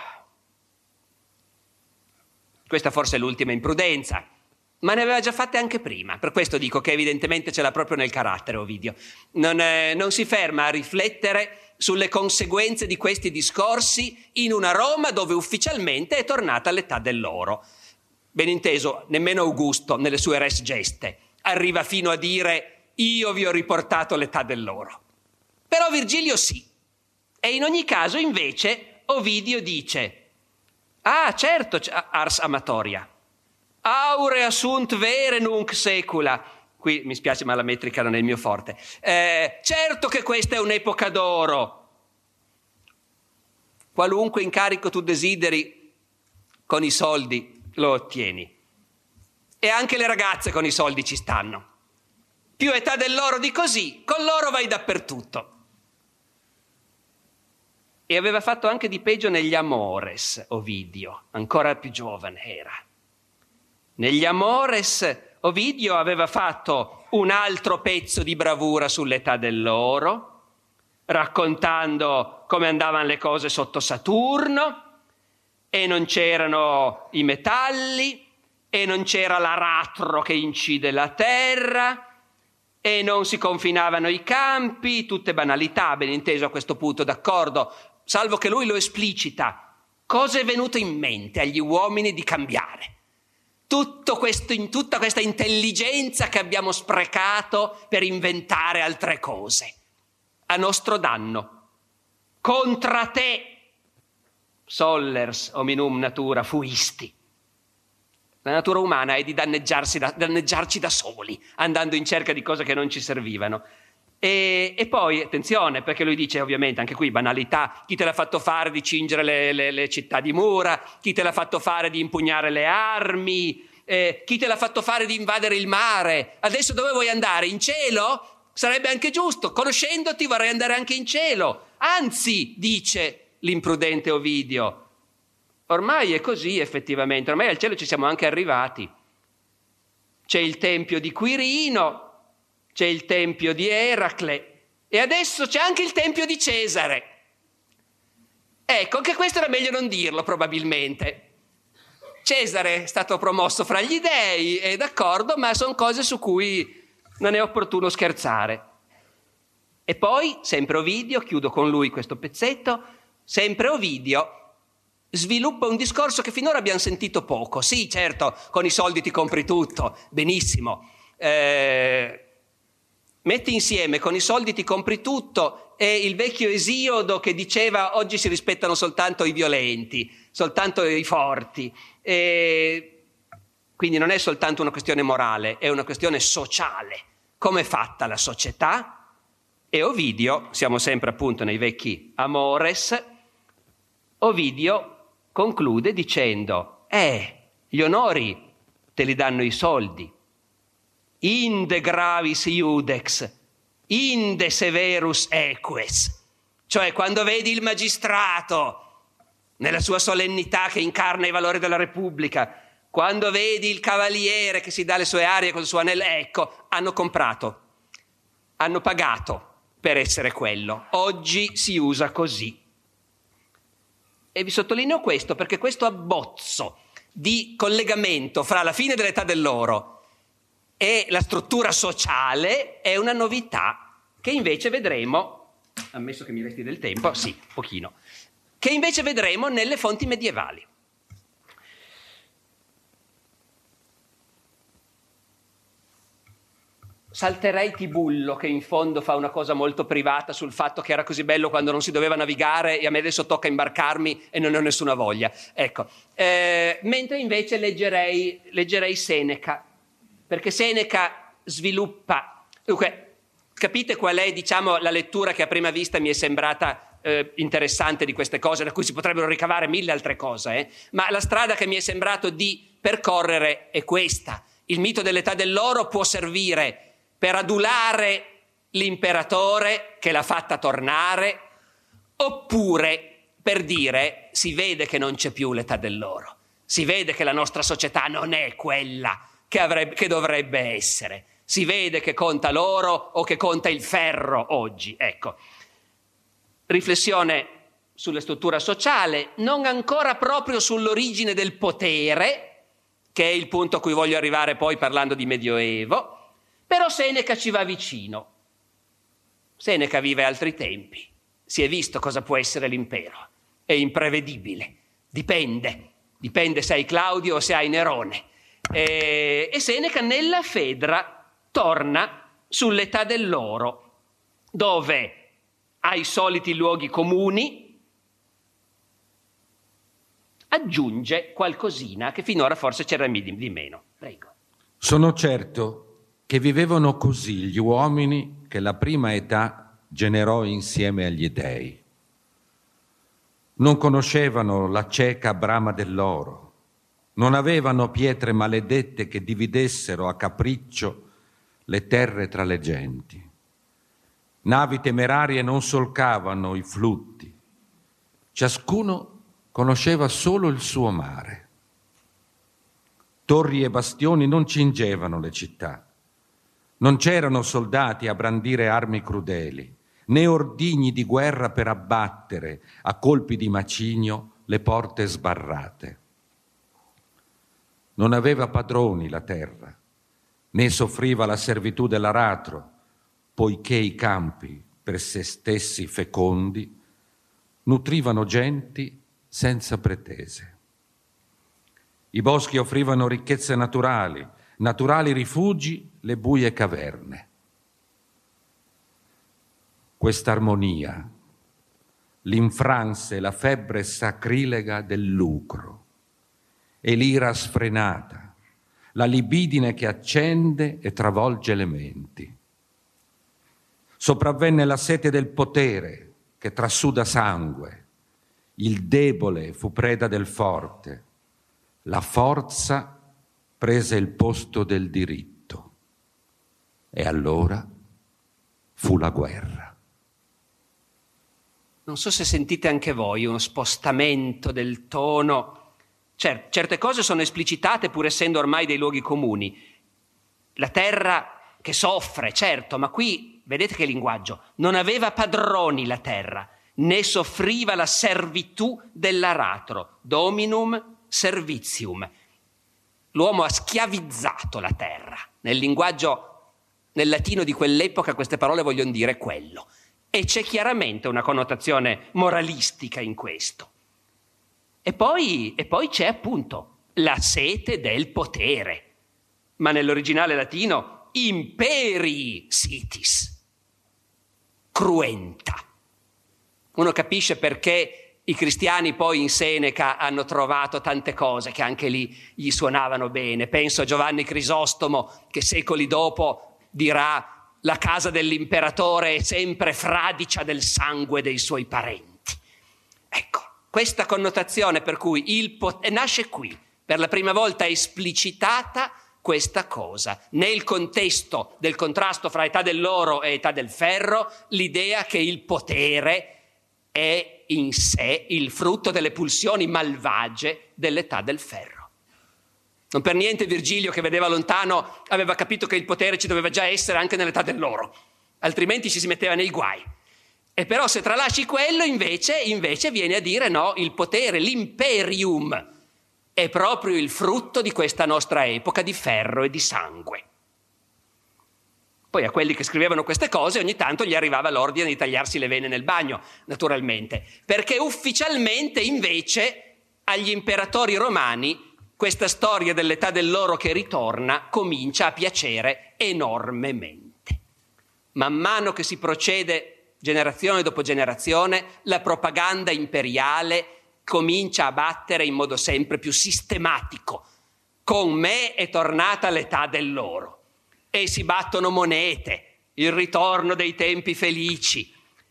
questa forse è l'ultima imprudenza, ma ne aveva già fatte anche prima, per questo dico che evidentemente ce l'ha proprio nel carattere Ovidio. Non si ferma a riflettere sulle conseguenze di questi discorsi in una Roma dove ufficialmente è tornata all'età dell'oro. Ben inteso, nemmeno Augusto, nelle sue res geste, arriva fino a dire «io vi ho riportato l'età dell'oro». Però Virgilio sì. E in ogni caso, invece, Ovidio dice «ah, certo, ars amatoria, aurea sunt vere nunc secula». Qui mi spiace, ma la metrica non è il mio forte. Certo che questa è un'epoca d'oro. Qualunque incarico tu desideri, con i soldi lo ottieni. E anche le ragazze con i soldi ci stanno. Più età dell'oro di così, con l'oro vai dappertutto. E aveva fatto anche di peggio negli Amores, Ovidio, ancora più giovane era. Negli Amores, Ovidio aveva fatto un altro pezzo di bravura sull'età dell'oro, raccontando come andavano le cose sotto Saturno, e non c'erano i metalli, e non c'era l'aratro che incide la terra, e non si confinavano i campi, tutte banalità, ben inteso a questo punto, d'accordo, salvo che lui lo esplicita. Cosa è venuto in mente agli uomini di cambiare? Tutta questa intelligenza che abbiamo sprecato per inventare altre cose, a nostro danno. Contra te, sollers hominum natura fuisti. La natura umana è di danneggiarci da soli, andando in cerca di cose che non ci servivano. E poi, attenzione, perché lui dice ovviamente, anche qui banalità, chi te l'ha fatto fare di cingere le città di mura, chi te l'ha fatto fare di impugnare le armi, chi te l'ha fatto fare di invadere il mare, adesso dove vuoi andare? In cielo? Sarebbe anche giusto, conoscendoti vorrei andare anche in cielo. Anzi, dice l'imprudente Ovidio, ormai è così effettivamente, ormai al cielo ci siamo anche arrivati. C'è il tempio di Quirino, c'è il tempio di Eracle e adesso c'è anche il tempio di Cesare. Ecco, anche questo era meglio non dirlo probabilmente. Cesare è stato promosso fra gli dei, è d'accordo, ma sono cose su cui non è opportuno scherzare. E poi, sempre Ovidio, chiudo con lui questo pezzetto, sempre Ovidio sviluppa un discorso che finora abbiamo sentito poco. Sì, certo, con i soldi ti compri tutto, benissimo. Metti insieme con i soldi ti compri tutto e il vecchio Esiodo che diceva oggi si rispettano soltanto i violenti, soltanto i forti. Quindi non è soltanto una questione morale, è una questione sociale. Come è fatta la società? E Ovidio, siamo sempre appunto nei vecchi Amores, Ovidio conclude dicendo gli onori te li danno i soldi. Inde gravis iudex, inde severus eques. Cioè quando vedi il magistrato nella sua solennità che incarna i valori della Repubblica, quando vedi il cavaliere che si dà le sue arie con il suo anello, ecco, hanno comprato, hanno pagato per essere quello. Oggi si usa così. E vi sottolineo questo perché questo abbozzo di collegamento fra la fine dell'età dell'oro e la struttura sociale è una novità che invece vedremo, ammesso che mi resti del tempo, sì, pochino, che invece vedremo nelle fonti medievali. Salterei Tibullo, che in fondo fa una cosa molto privata sul fatto che era così bello quando non si doveva navigare e a me adesso tocca imbarcarmi e non ho nessuna voglia. Ecco, mentre invece leggerei Seneca, perché Seneca sviluppa. Dunque, capite qual è, diciamo, la lettura che a prima vista mi è sembrata interessante di queste cose, da cui si potrebbero ricavare mille altre cose, ma la strada che mi è sembrato di percorrere è questa. Il mito dell'età dell'oro può servire per adulare l'imperatore che l'ha fatta tornare, oppure per dire si vede che non c'è più l'età dell'oro, si vede che la nostra società non è quella che dovrebbe essere, si vede che conta l'oro o che conta il ferro oggi. Ecco, riflessione sulla struttura sociale, non ancora proprio sull'origine del potere, che è il punto a cui voglio arrivare poi parlando di Medioevo, però Seneca ci va vicino. Seneca vive altri tempi, si è visto cosa può essere l'impero, è imprevedibile, dipende se hai Claudio o se hai Nerone. E Seneca nella Fedra torna sull'età dell'oro, dove ha i soliti luoghi comuni, aggiunge qualcosina che finora forse c'era di meno. Prego. Sono certo che vivevano così gli uomini che la prima età generò insieme agli dei. Non conoscevano la cieca brama dell'oro, non avevano pietre maledette che dividessero a capriccio le terre tra le genti. Navi temerarie non solcavano i flutti. Ciascuno conosceva solo il suo mare. Torri e bastioni non cingevano le città. Non c'erano soldati a brandire armi crudeli, né ordigni di guerra per abbattere a colpi di macigno le porte sbarrate. Non aveva padroni la terra, né soffriva la servitù dell'aratro, poiché i campi, per se stessi fecondi, nutrivano genti senza pretese. I boschi offrivano ricchezze naturali rifugi, le buie caverne. Quest'armonia, l'infranse, la febbre sacrilega del lucro, e l'ira sfrenata, la libidine che accende e travolge le menti. Sopravvenne la sete del potere che trasuda sangue, il debole fu preda del forte, la forza prese il posto del diritto, e allora fu la guerra. Non so se sentite anche voi uno spostamento del tono. Certe cose sono esplicitate pur essendo ormai dei luoghi comuni. La terra che soffre, certo, ma qui vedete che linguaggio. Non aveva padroni la terra, né soffriva la servitù dell'aratro, dominum servitium. L'uomo ha schiavizzato la terra. Nel linguaggio, nel latino di quell'epoca, queste parole vogliono dire quello. E c'è chiaramente una connotazione moralistica in questo. E poi c'è appunto la sete del potere, ma nell'originale latino imperii sitis, cruenta. Uno capisce perché i cristiani poi in Seneca hanno trovato tante cose che anche lì gli suonavano bene. Penso a Giovanni Crisostomo che secoli dopo dirà: la casa dell'imperatore è sempre fradicia del sangue dei suoi parenti. Ecco. Questa connotazione per cui nasce qui, per la prima volta esplicitata questa cosa. Nel contesto del contrasto fra età dell'oro e età del ferro, l'idea che il potere è in sé il frutto delle pulsioni malvagie dell'età del ferro. Non per niente Virgilio, che vedeva lontano, aveva capito che il potere ci doveva già essere anche nell'età dell'oro, altrimenti ci si metteva nei guai. E però se tralasci quello invece viene a dire no, il potere, l'imperium, è proprio il frutto di questa nostra epoca di ferro e di sangue. Poi a quelli che scrivevano queste cose ogni tanto gli arrivava l'ordine di tagliarsi le vene nel bagno, naturalmente, perché ufficialmente invece agli imperatori romani questa storia dell'età dell'oro che ritorna comincia a piacere enormemente. Man mano che si procede generazione dopo generazione, la propaganda imperiale comincia a battere in modo sempre più sistematico. Con me è tornata l'età dell'oro e si battono monete, il ritorno dei tempi felici.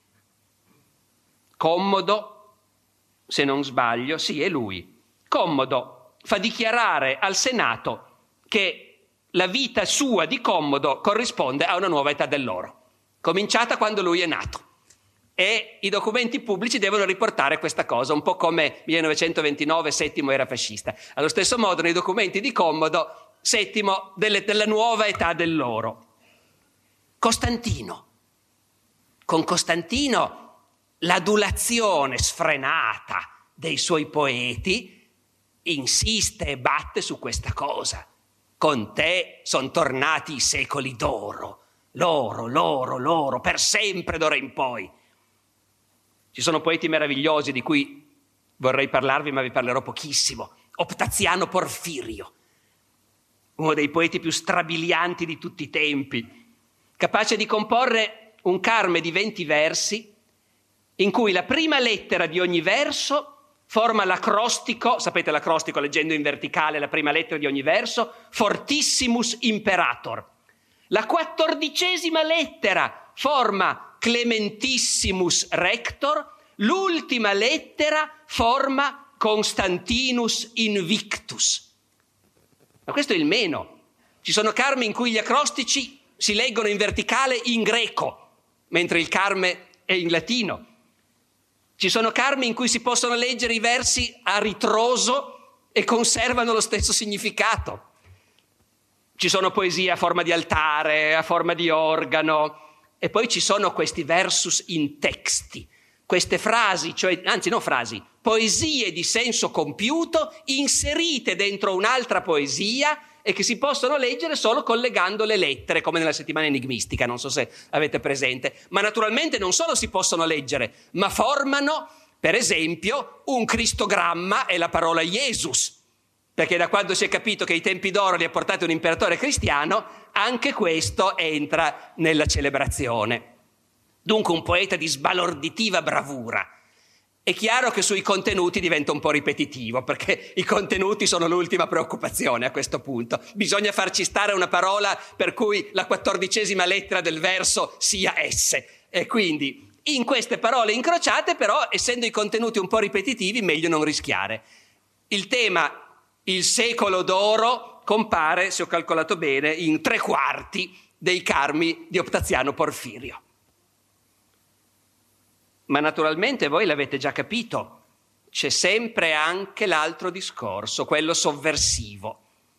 Commodo, se non sbaglio, sì, è lui. Commodo fa dichiarare al Senato che la vita sua di Commodo corrisponde a una nuova età dell'oro, cominciata quando lui è nato. E i documenti pubblici devono riportare questa cosa, un po' come 1929 Settimo era fascista. Allo stesso modo nei documenti di Commodo Settimo della nuova età dell'oro. Costantino. Con Costantino l'adulazione sfrenata dei suoi poeti, insiste e batte su questa cosa. Con te sono tornati i secoli d'oro, l'oro, per sempre d'ora in poi. Ci sono poeti meravigliosi di cui vorrei parlarvi, ma vi parlerò pochissimo. Optaziano Porfirio, uno dei poeti più strabilianti di tutti i tempi, capace di comporre un carme di 20 versi in cui la prima lettera di ogni verso forma l'acrostico, sapete l'acrostico leggendo in verticale la prima lettera di ogni verso, Fortissimus Imperator. La 14ª lettera forma Clementissimus Rector, l'ultima lettera forma Constantinus Invictus. Ma questo è il meno. Ci sono carmi in cui gli acrostici si leggono in verticale in greco, mentre il carme è in latino. Ci sono carmi in cui si possono leggere i versi a ritroso e conservano lo stesso significato. Ci sono poesie a forma di altare, a forma di organo, e poi ci sono questi versus in texti, queste frasi, cioè, anzi non frasi, poesie di senso compiuto inserite dentro un'altra poesia e che si possono leggere solo collegando le lettere, come nella settimana enigmistica, non so se avete presente. Ma naturalmente non solo si possono leggere, ma formano, per esempio, un cristogramma e la parola Jesus, perché da quando si è capito che i tempi d'oro li ha portati un imperatore cristiano, anche questo entra nella celebrazione. Dunque un poeta di sbalorditiva bravura. È chiaro che sui contenuti diventa un po' ripetitivo, perché i contenuti sono l'ultima preoccupazione a questo punto. Bisogna farci stare una parola per cui la 14ª lettera del verso sia S. E quindi in queste parole incrociate, però, essendo i contenuti un po' ripetitivi, meglio non rischiare. Il tema, il secolo d'oro, compare, se ho calcolato bene, in 3/4 dei carmi di Optaziano Porfirio. Ma naturalmente voi l'avete già capito, c'è sempre anche l'altro discorso, quello sovversivo,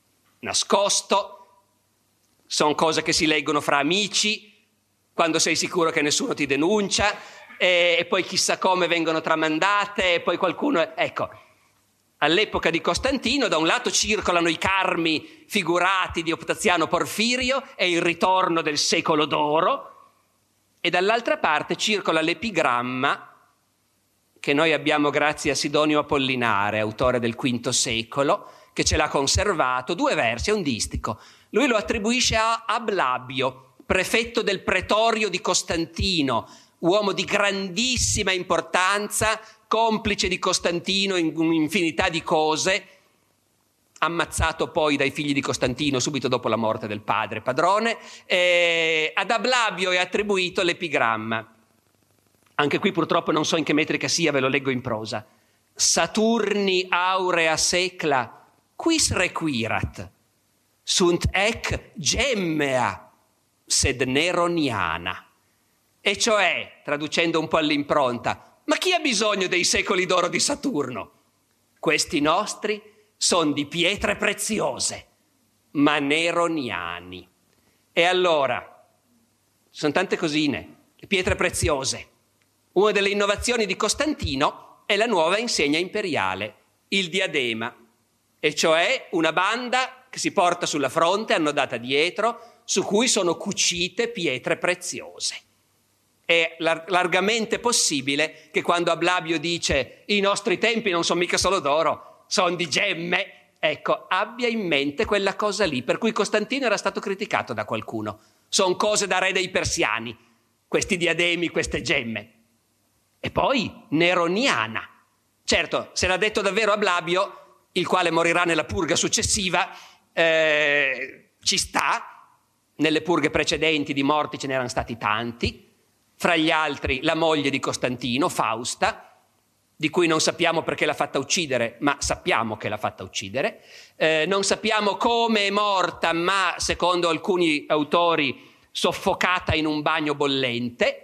nascosto, sono cose che si leggono fra amici, quando sei sicuro che nessuno ti denuncia, e poi chissà come vengono tramandate, e poi qualcuno... Ecco, all'epoca di Costantino da un lato circolano i carmi figurati di Optaziano Porfirio e il ritorno del secolo d'oro, e dall'altra parte circola l'epigramma che noi abbiamo grazie a Sidonio Apollinare, autore del V secolo, che ce l'ha conservato, 2 versi, è un distico. Lui lo attribuisce a Ablabio, prefetto del pretorio di Costantino, uomo di grandissima importanza, complice di Costantino in un'infinità di cose, ammazzato poi dai figli di Costantino subito dopo la morte del padre padrone. Ad Ablabio è attribuito l'epigramma. Anche qui purtroppo non so in che metrica sia, ve lo leggo in prosa. Saturni aurea secla quis requirat, sunt ec gemmea sed neroniana. E cioè, traducendo un po' all'impronta, ma chi ha bisogno dei secoli d'oro di Saturno? Questi nostri sono di pietre preziose, ma neroniani. E allora, sono tante cosine, le pietre preziose. Una delle innovazioni di Costantino è la nuova insegna imperiale, il diadema, e cioè una banda che si porta sulla fronte, annodata dietro, su cui sono cucite pietre preziose. È largamente possibile che quando Ablabio dice i nostri tempi non sono mica solo d'oro, sono di gemme, ecco, abbia in mente quella cosa lì, per cui Costantino era stato criticato da qualcuno. Sono cose da re dei persiani, questi diademi, queste gemme. E poi neroniana. Certo, se l'ha detto davvero Ablabio, il quale morirà nella purga successiva, ci sta. Nelle purghe precedenti di morti ce n'erano stati tanti, fra gli altri la moglie di Costantino, Fausta, di cui non sappiamo perché l'ha fatta uccidere, ma sappiamo che l'ha fatta uccidere. Non sappiamo come è morta, ma secondo alcuni autori soffocata in un bagno bollente.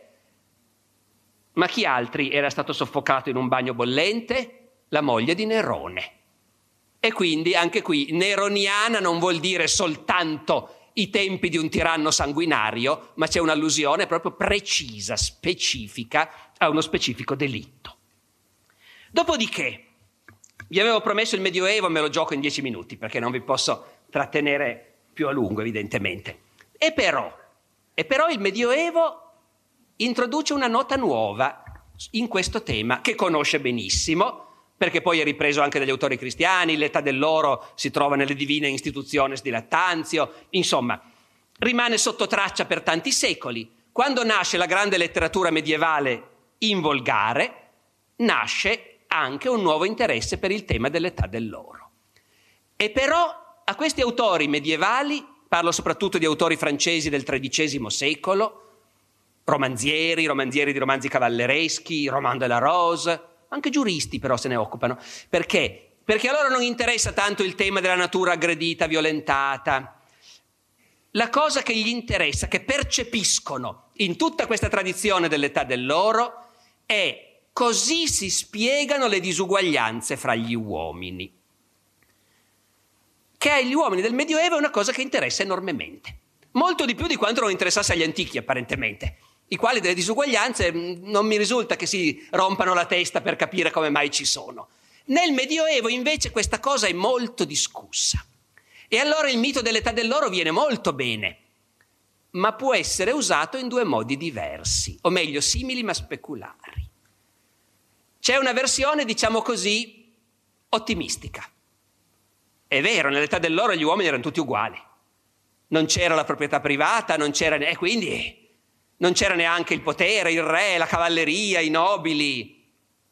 Ma chi altri era stato soffocato in un bagno bollente? La moglie di Nerone. E quindi anche qui neroniana non vuol dire soltanto i tempi di un tiranno sanguinario, ma c'è un'allusione proprio precisa, specifica, a uno specifico delitto. Dopodiché, vi avevo promesso il Medioevo, me lo gioco in 10 minuti, perché non vi posso trattenere più a lungo, evidentemente. E però il Medioevo introduce una nota nuova in questo tema, che conosce benissimo, perché poi è ripreso anche dagli autori cristiani, l'età dell'oro si trova nelle Divine Institutiones di Lattanzio, insomma, rimane sotto traccia per tanti secoli. Quando nasce la grande letteratura medievale in volgare, nasce anche un nuovo interesse per il tema dell'età dell'oro. E però a questi autori medievali, parlo soprattutto di autori francesi del XIII secolo, romanzieri di romanzi cavallereschi, Roman de la Rose, anche giuristi però se ne occupano. Perché? Perché a loro non interessa tanto il tema della natura aggredita, violentata. La cosa che gli interessa, che percepiscono in tutta questa tradizione dell'età dell'oro, è così si spiegano le disuguaglianze fra gli uomini. Che agli uomini del Medioevo è una cosa che interessa enormemente. Molto di più di quanto non interessasse agli antichi, apparentemente, i quali delle disuguaglianze non mi risulta che si rompano la testa per capire come mai ci sono. Nel Medioevo invece questa cosa è molto discussa. E allora il mito dell'età dell'oro viene molto bene, ma può essere usato in due modi diversi, o meglio simili ma speculari. C'è una versione, diciamo così, ottimistica. È vero, nell'età dell'oro gli uomini erano tutti uguali. Non c'era la proprietà privata, e quindi non c'era neanche il potere, il re, la cavalleria, i nobili.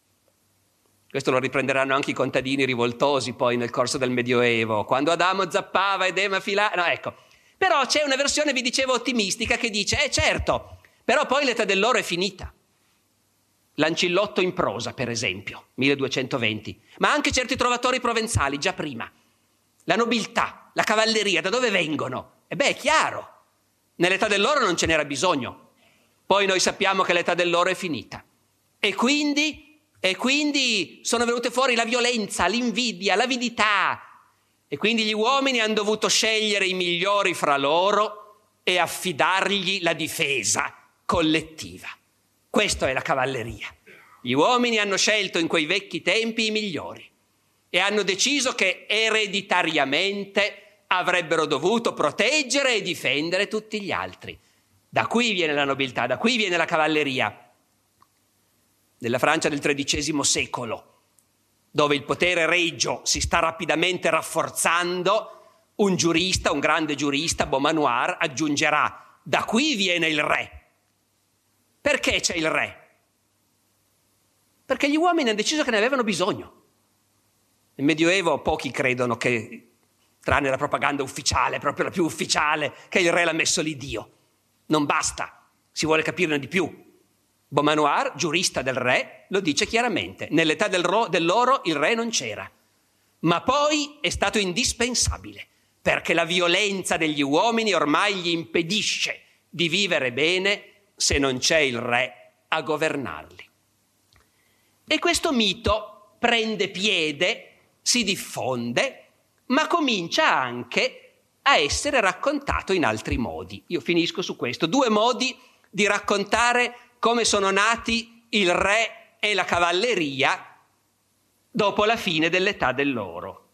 Questo lo riprenderanno anche i contadini rivoltosi poi nel corso del Medioevo, quando Adamo zappava ed Ema filava. No, ecco. Però c'è una versione, vi dicevo, ottimistica che dice, certo, però poi l'età dell'oro è finita. L'ancillotto in prosa, per esempio, 1220, ma anche certi trovatori provenzali, già prima. La nobiltà, la cavalleria, da dove vengono? È chiaro, nell'età dell'oro non ce n'era bisogno. Poi noi sappiamo che l'età dell'oro è finita. E quindi sono venute fuori la violenza, l'invidia, l'avidità. E quindi gli uomini hanno dovuto scegliere i migliori fra loro e affidargli la difesa collettiva. Questo è la cavalleria. Gli uomini hanno scelto in quei vecchi tempi i migliori e hanno deciso che ereditariamente avrebbero dovuto proteggere e difendere tutti gli altri. Da qui viene la nobiltà, da qui viene la cavalleria. Nella Francia del XIII secolo, dove il potere regio si sta rapidamente rafforzando, un grande giurista, Beaumanoir, aggiungerà: da qui viene il re. Perché c'è il re? Perché gli uomini hanno deciso che ne avevano bisogno. Nel Medioevo pochi credono che, tranne la propaganda ufficiale, proprio la più ufficiale, che il re l'ha messo lì Dio. Non basta, si vuole capirne di più. Beaumanoir, giurista del re, lo dice chiaramente. Nell'età dell'oro il re non c'era, ma poi è stato indispensabile, perché la violenza degli uomini ormai gli impedisce di vivere bene se non c'è il re a governarli. E questo mito prende piede, si diffonde, ma comincia anche a essere raccontato in altri modi. Io finisco su questo. 2 modi di raccontare come sono nati il re e la cavalleria dopo la fine dell'età dell'oro.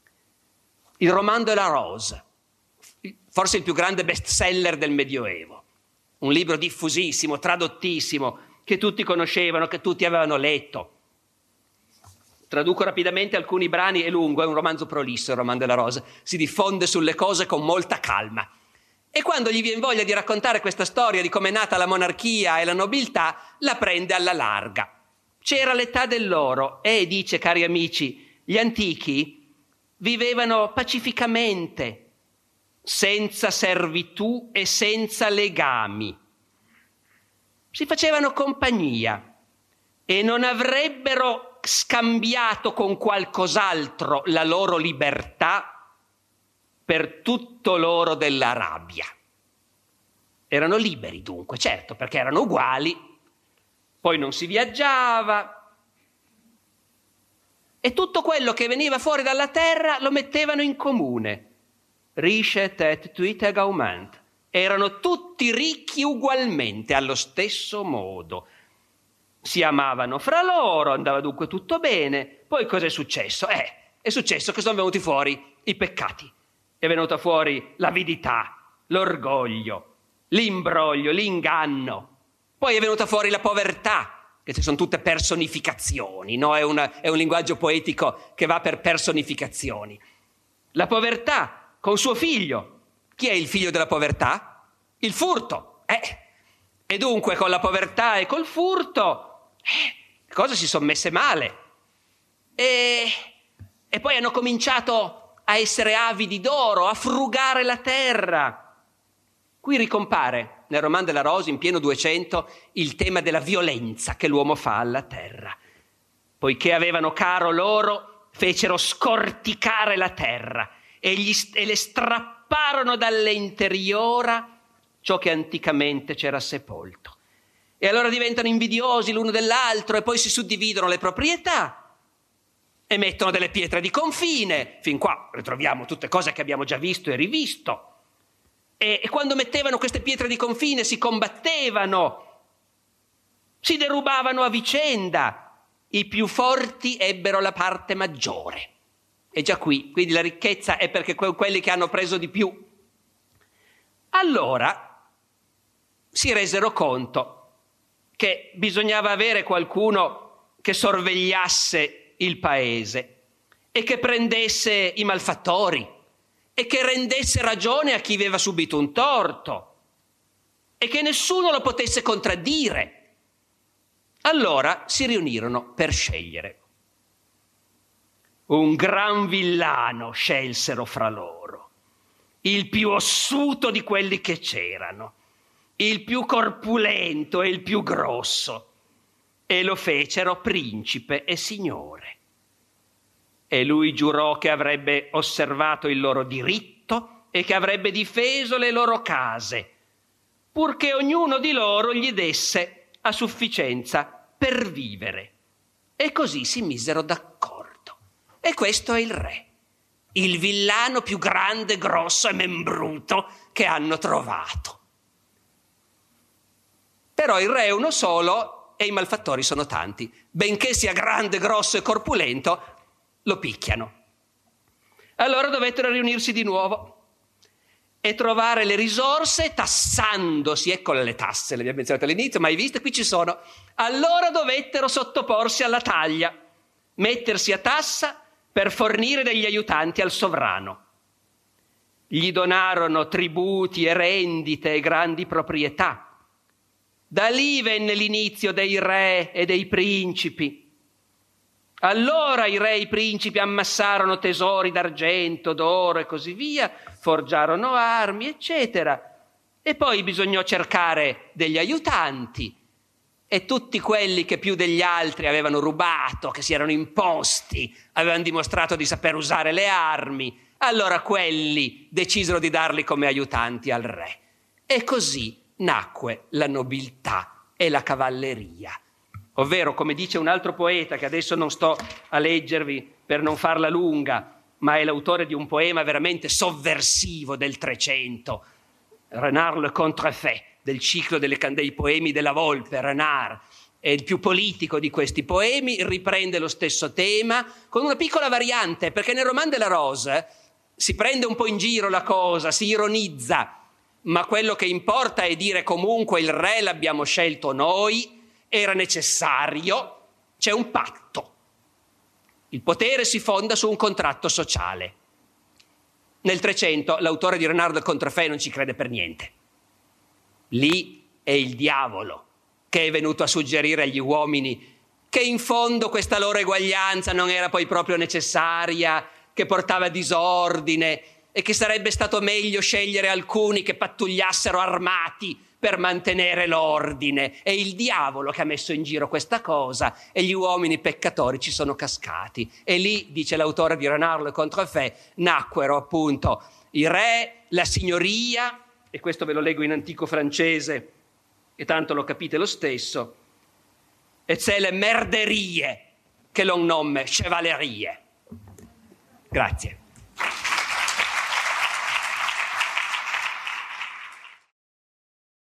Il Roman de la Rose, forse il più grande bestseller del Medioevo, un libro diffusissimo, tradottissimo, che tutti conoscevano, che tutti avevano letto. Traduco rapidamente alcuni brani, è lungo, è un romanzo prolisso, il Roman de la Rose, si diffonde sulle cose con molta calma. E quando gli viene voglia di raccontare questa storia di come è nata la monarchia e la nobiltà, la prende alla larga. C'era l'età dell'oro e, dice, cari amici, gli antichi vivevano pacificamente, senza servitù e senza legami. Si facevano compagnia e non avrebbero scambiato con qualcos'altro la loro libertà per tutto l'oro della rabbia. Erano liberi dunque, certo, perché erano uguali, poi non si viaggiava e tutto quello che veniva fuori dalla terra lo mettevano in comune. Richet et tout égaument. Erano tutti ricchi ugualmente, allo stesso modo. Si amavano fra loro, andava dunque tutto bene. Poi cosa è successo? È successo che sono venuti fuori i peccati. È venuta fuori l'avidità, l'orgoglio, l'imbroglio, l'inganno. Poi è venuta fuori la povertà, che sono tutte personificazioni, no? È un linguaggio poetico che va per personificazioni. La povertà con suo figlio. Chi è il figlio della povertà? Il furto. E dunque con la povertà e col furto le cose si sono messe male. E poi hanno cominciato a essere avidi d'oro, a frugare la terra. Qui ricompare nel roman della Rose, in pieno 200, il tema della violenza che l'uomo fa alla terra. Poiché avevano caro loro, fecero scorticare la terra e le strapparono dalle interiora ciò che anticamente c'era sepolto. E allora diventano invidiosi l'uno dell'altro e poi si suddividono le proprietà e mettono delle pietre di confine. Fin qua ritroviamo tutte cose che abbiamo già visto e rivisto. E quando mettevano queste pietre di confine si combattevano, si derubavano a vicenda. I più forti ebbero la parte maggiore. E già qui, quindi la ricchezza è perché quelli che hanno preso di più. Allora si resero conto che bisognava avere qualcuno che sorvegliasse il paese e che prendesse i malfattori e che rendesse ragione a chi aveva subito un torto e che nessuno lo potesse contraddire. Allora si riunirono per scegliere. Un gran villano scelsero fra loro, il più ossuto di quelli che c'erano, il più corpulento e il più grosso, e lo fecero principe e signore. E lui giurò che avrebbe osservato il loro diritto e che avrebbe difeso le loro case, purché ognuno di loro gli desse a sufficienza per vivere. E così si misero d'accordo. E questo è il re, il villano più grande, grosso e membruto che hanno trovato. Però il re è uno solo e i malfattori sono tanti. Benché sia grande, grosso e corpulento, lo picchiano. Allora dovettero riunirsi di nuovo e trovare le risorse tassandosi. Eccole le tasse, le abbiamo menzionate all'inizio, mai viste, qui ci sono. Allora dovettero sottoporsi alla taglia, mettersi a tassa per fornire degli aiutanti al sovrano. Gli donarono tributi e rendite e grandi proprietà. Da lì venne l'inizio dei re e dei principi. Allora i re e i principi ammassarono tesori d'argento, d'oro e così via, forgiarono armi, eccetera. E poi bisognò cercare degli aiutanti. E tutti quelli che più degli altri avevano rubato, che si erano imposti, avevano dimostrato di saper usare le armi, allora quelli decisero di darli come aiutanti al re. E così nacque la nobiltà e la cavalleria. Ovvero, come dice un altro poeta, che adesso non sto a leggervi per non farla lunga, ma è l'autore di un poema veramente sovversivo del 300, Renard le Contrefait, del ciclo dei poemi della Volpe. Renard è il più politico di questi poemi, riprende lo stesso tema con una piccola variante, perché nel roman della Rose si prende un po' in giro la cosa, si ironizza, ma quello che importa è dire comunque il re l'abbiamo scelto noi, era necessario, c'è un patto. Il potere si fonda su un contratto sociale. Nel 300 l'autore di Renard le Contrefait non ci crede per niente. Lì è il diavolo che è venuto a suggerire agli uomini che in fondo questa loro eguaglianza non era poi proprio necessaria, che portava disordine e che sarebbe stato meglio scegliere alcuni che pattugliassero armati per mantenere l'ordine. È il diavolo che ha messo in giro questa cosa e gli uomini peccatori ci sono cascati. E lì, dice l'autore di Renard le Contrefait, nacquero appunto i re, la signoria, e questo ve lo leggo in antico francese e tanto lo capite lo stesso, e c'è le merderie che l'on nomme chevalerie. Grazie.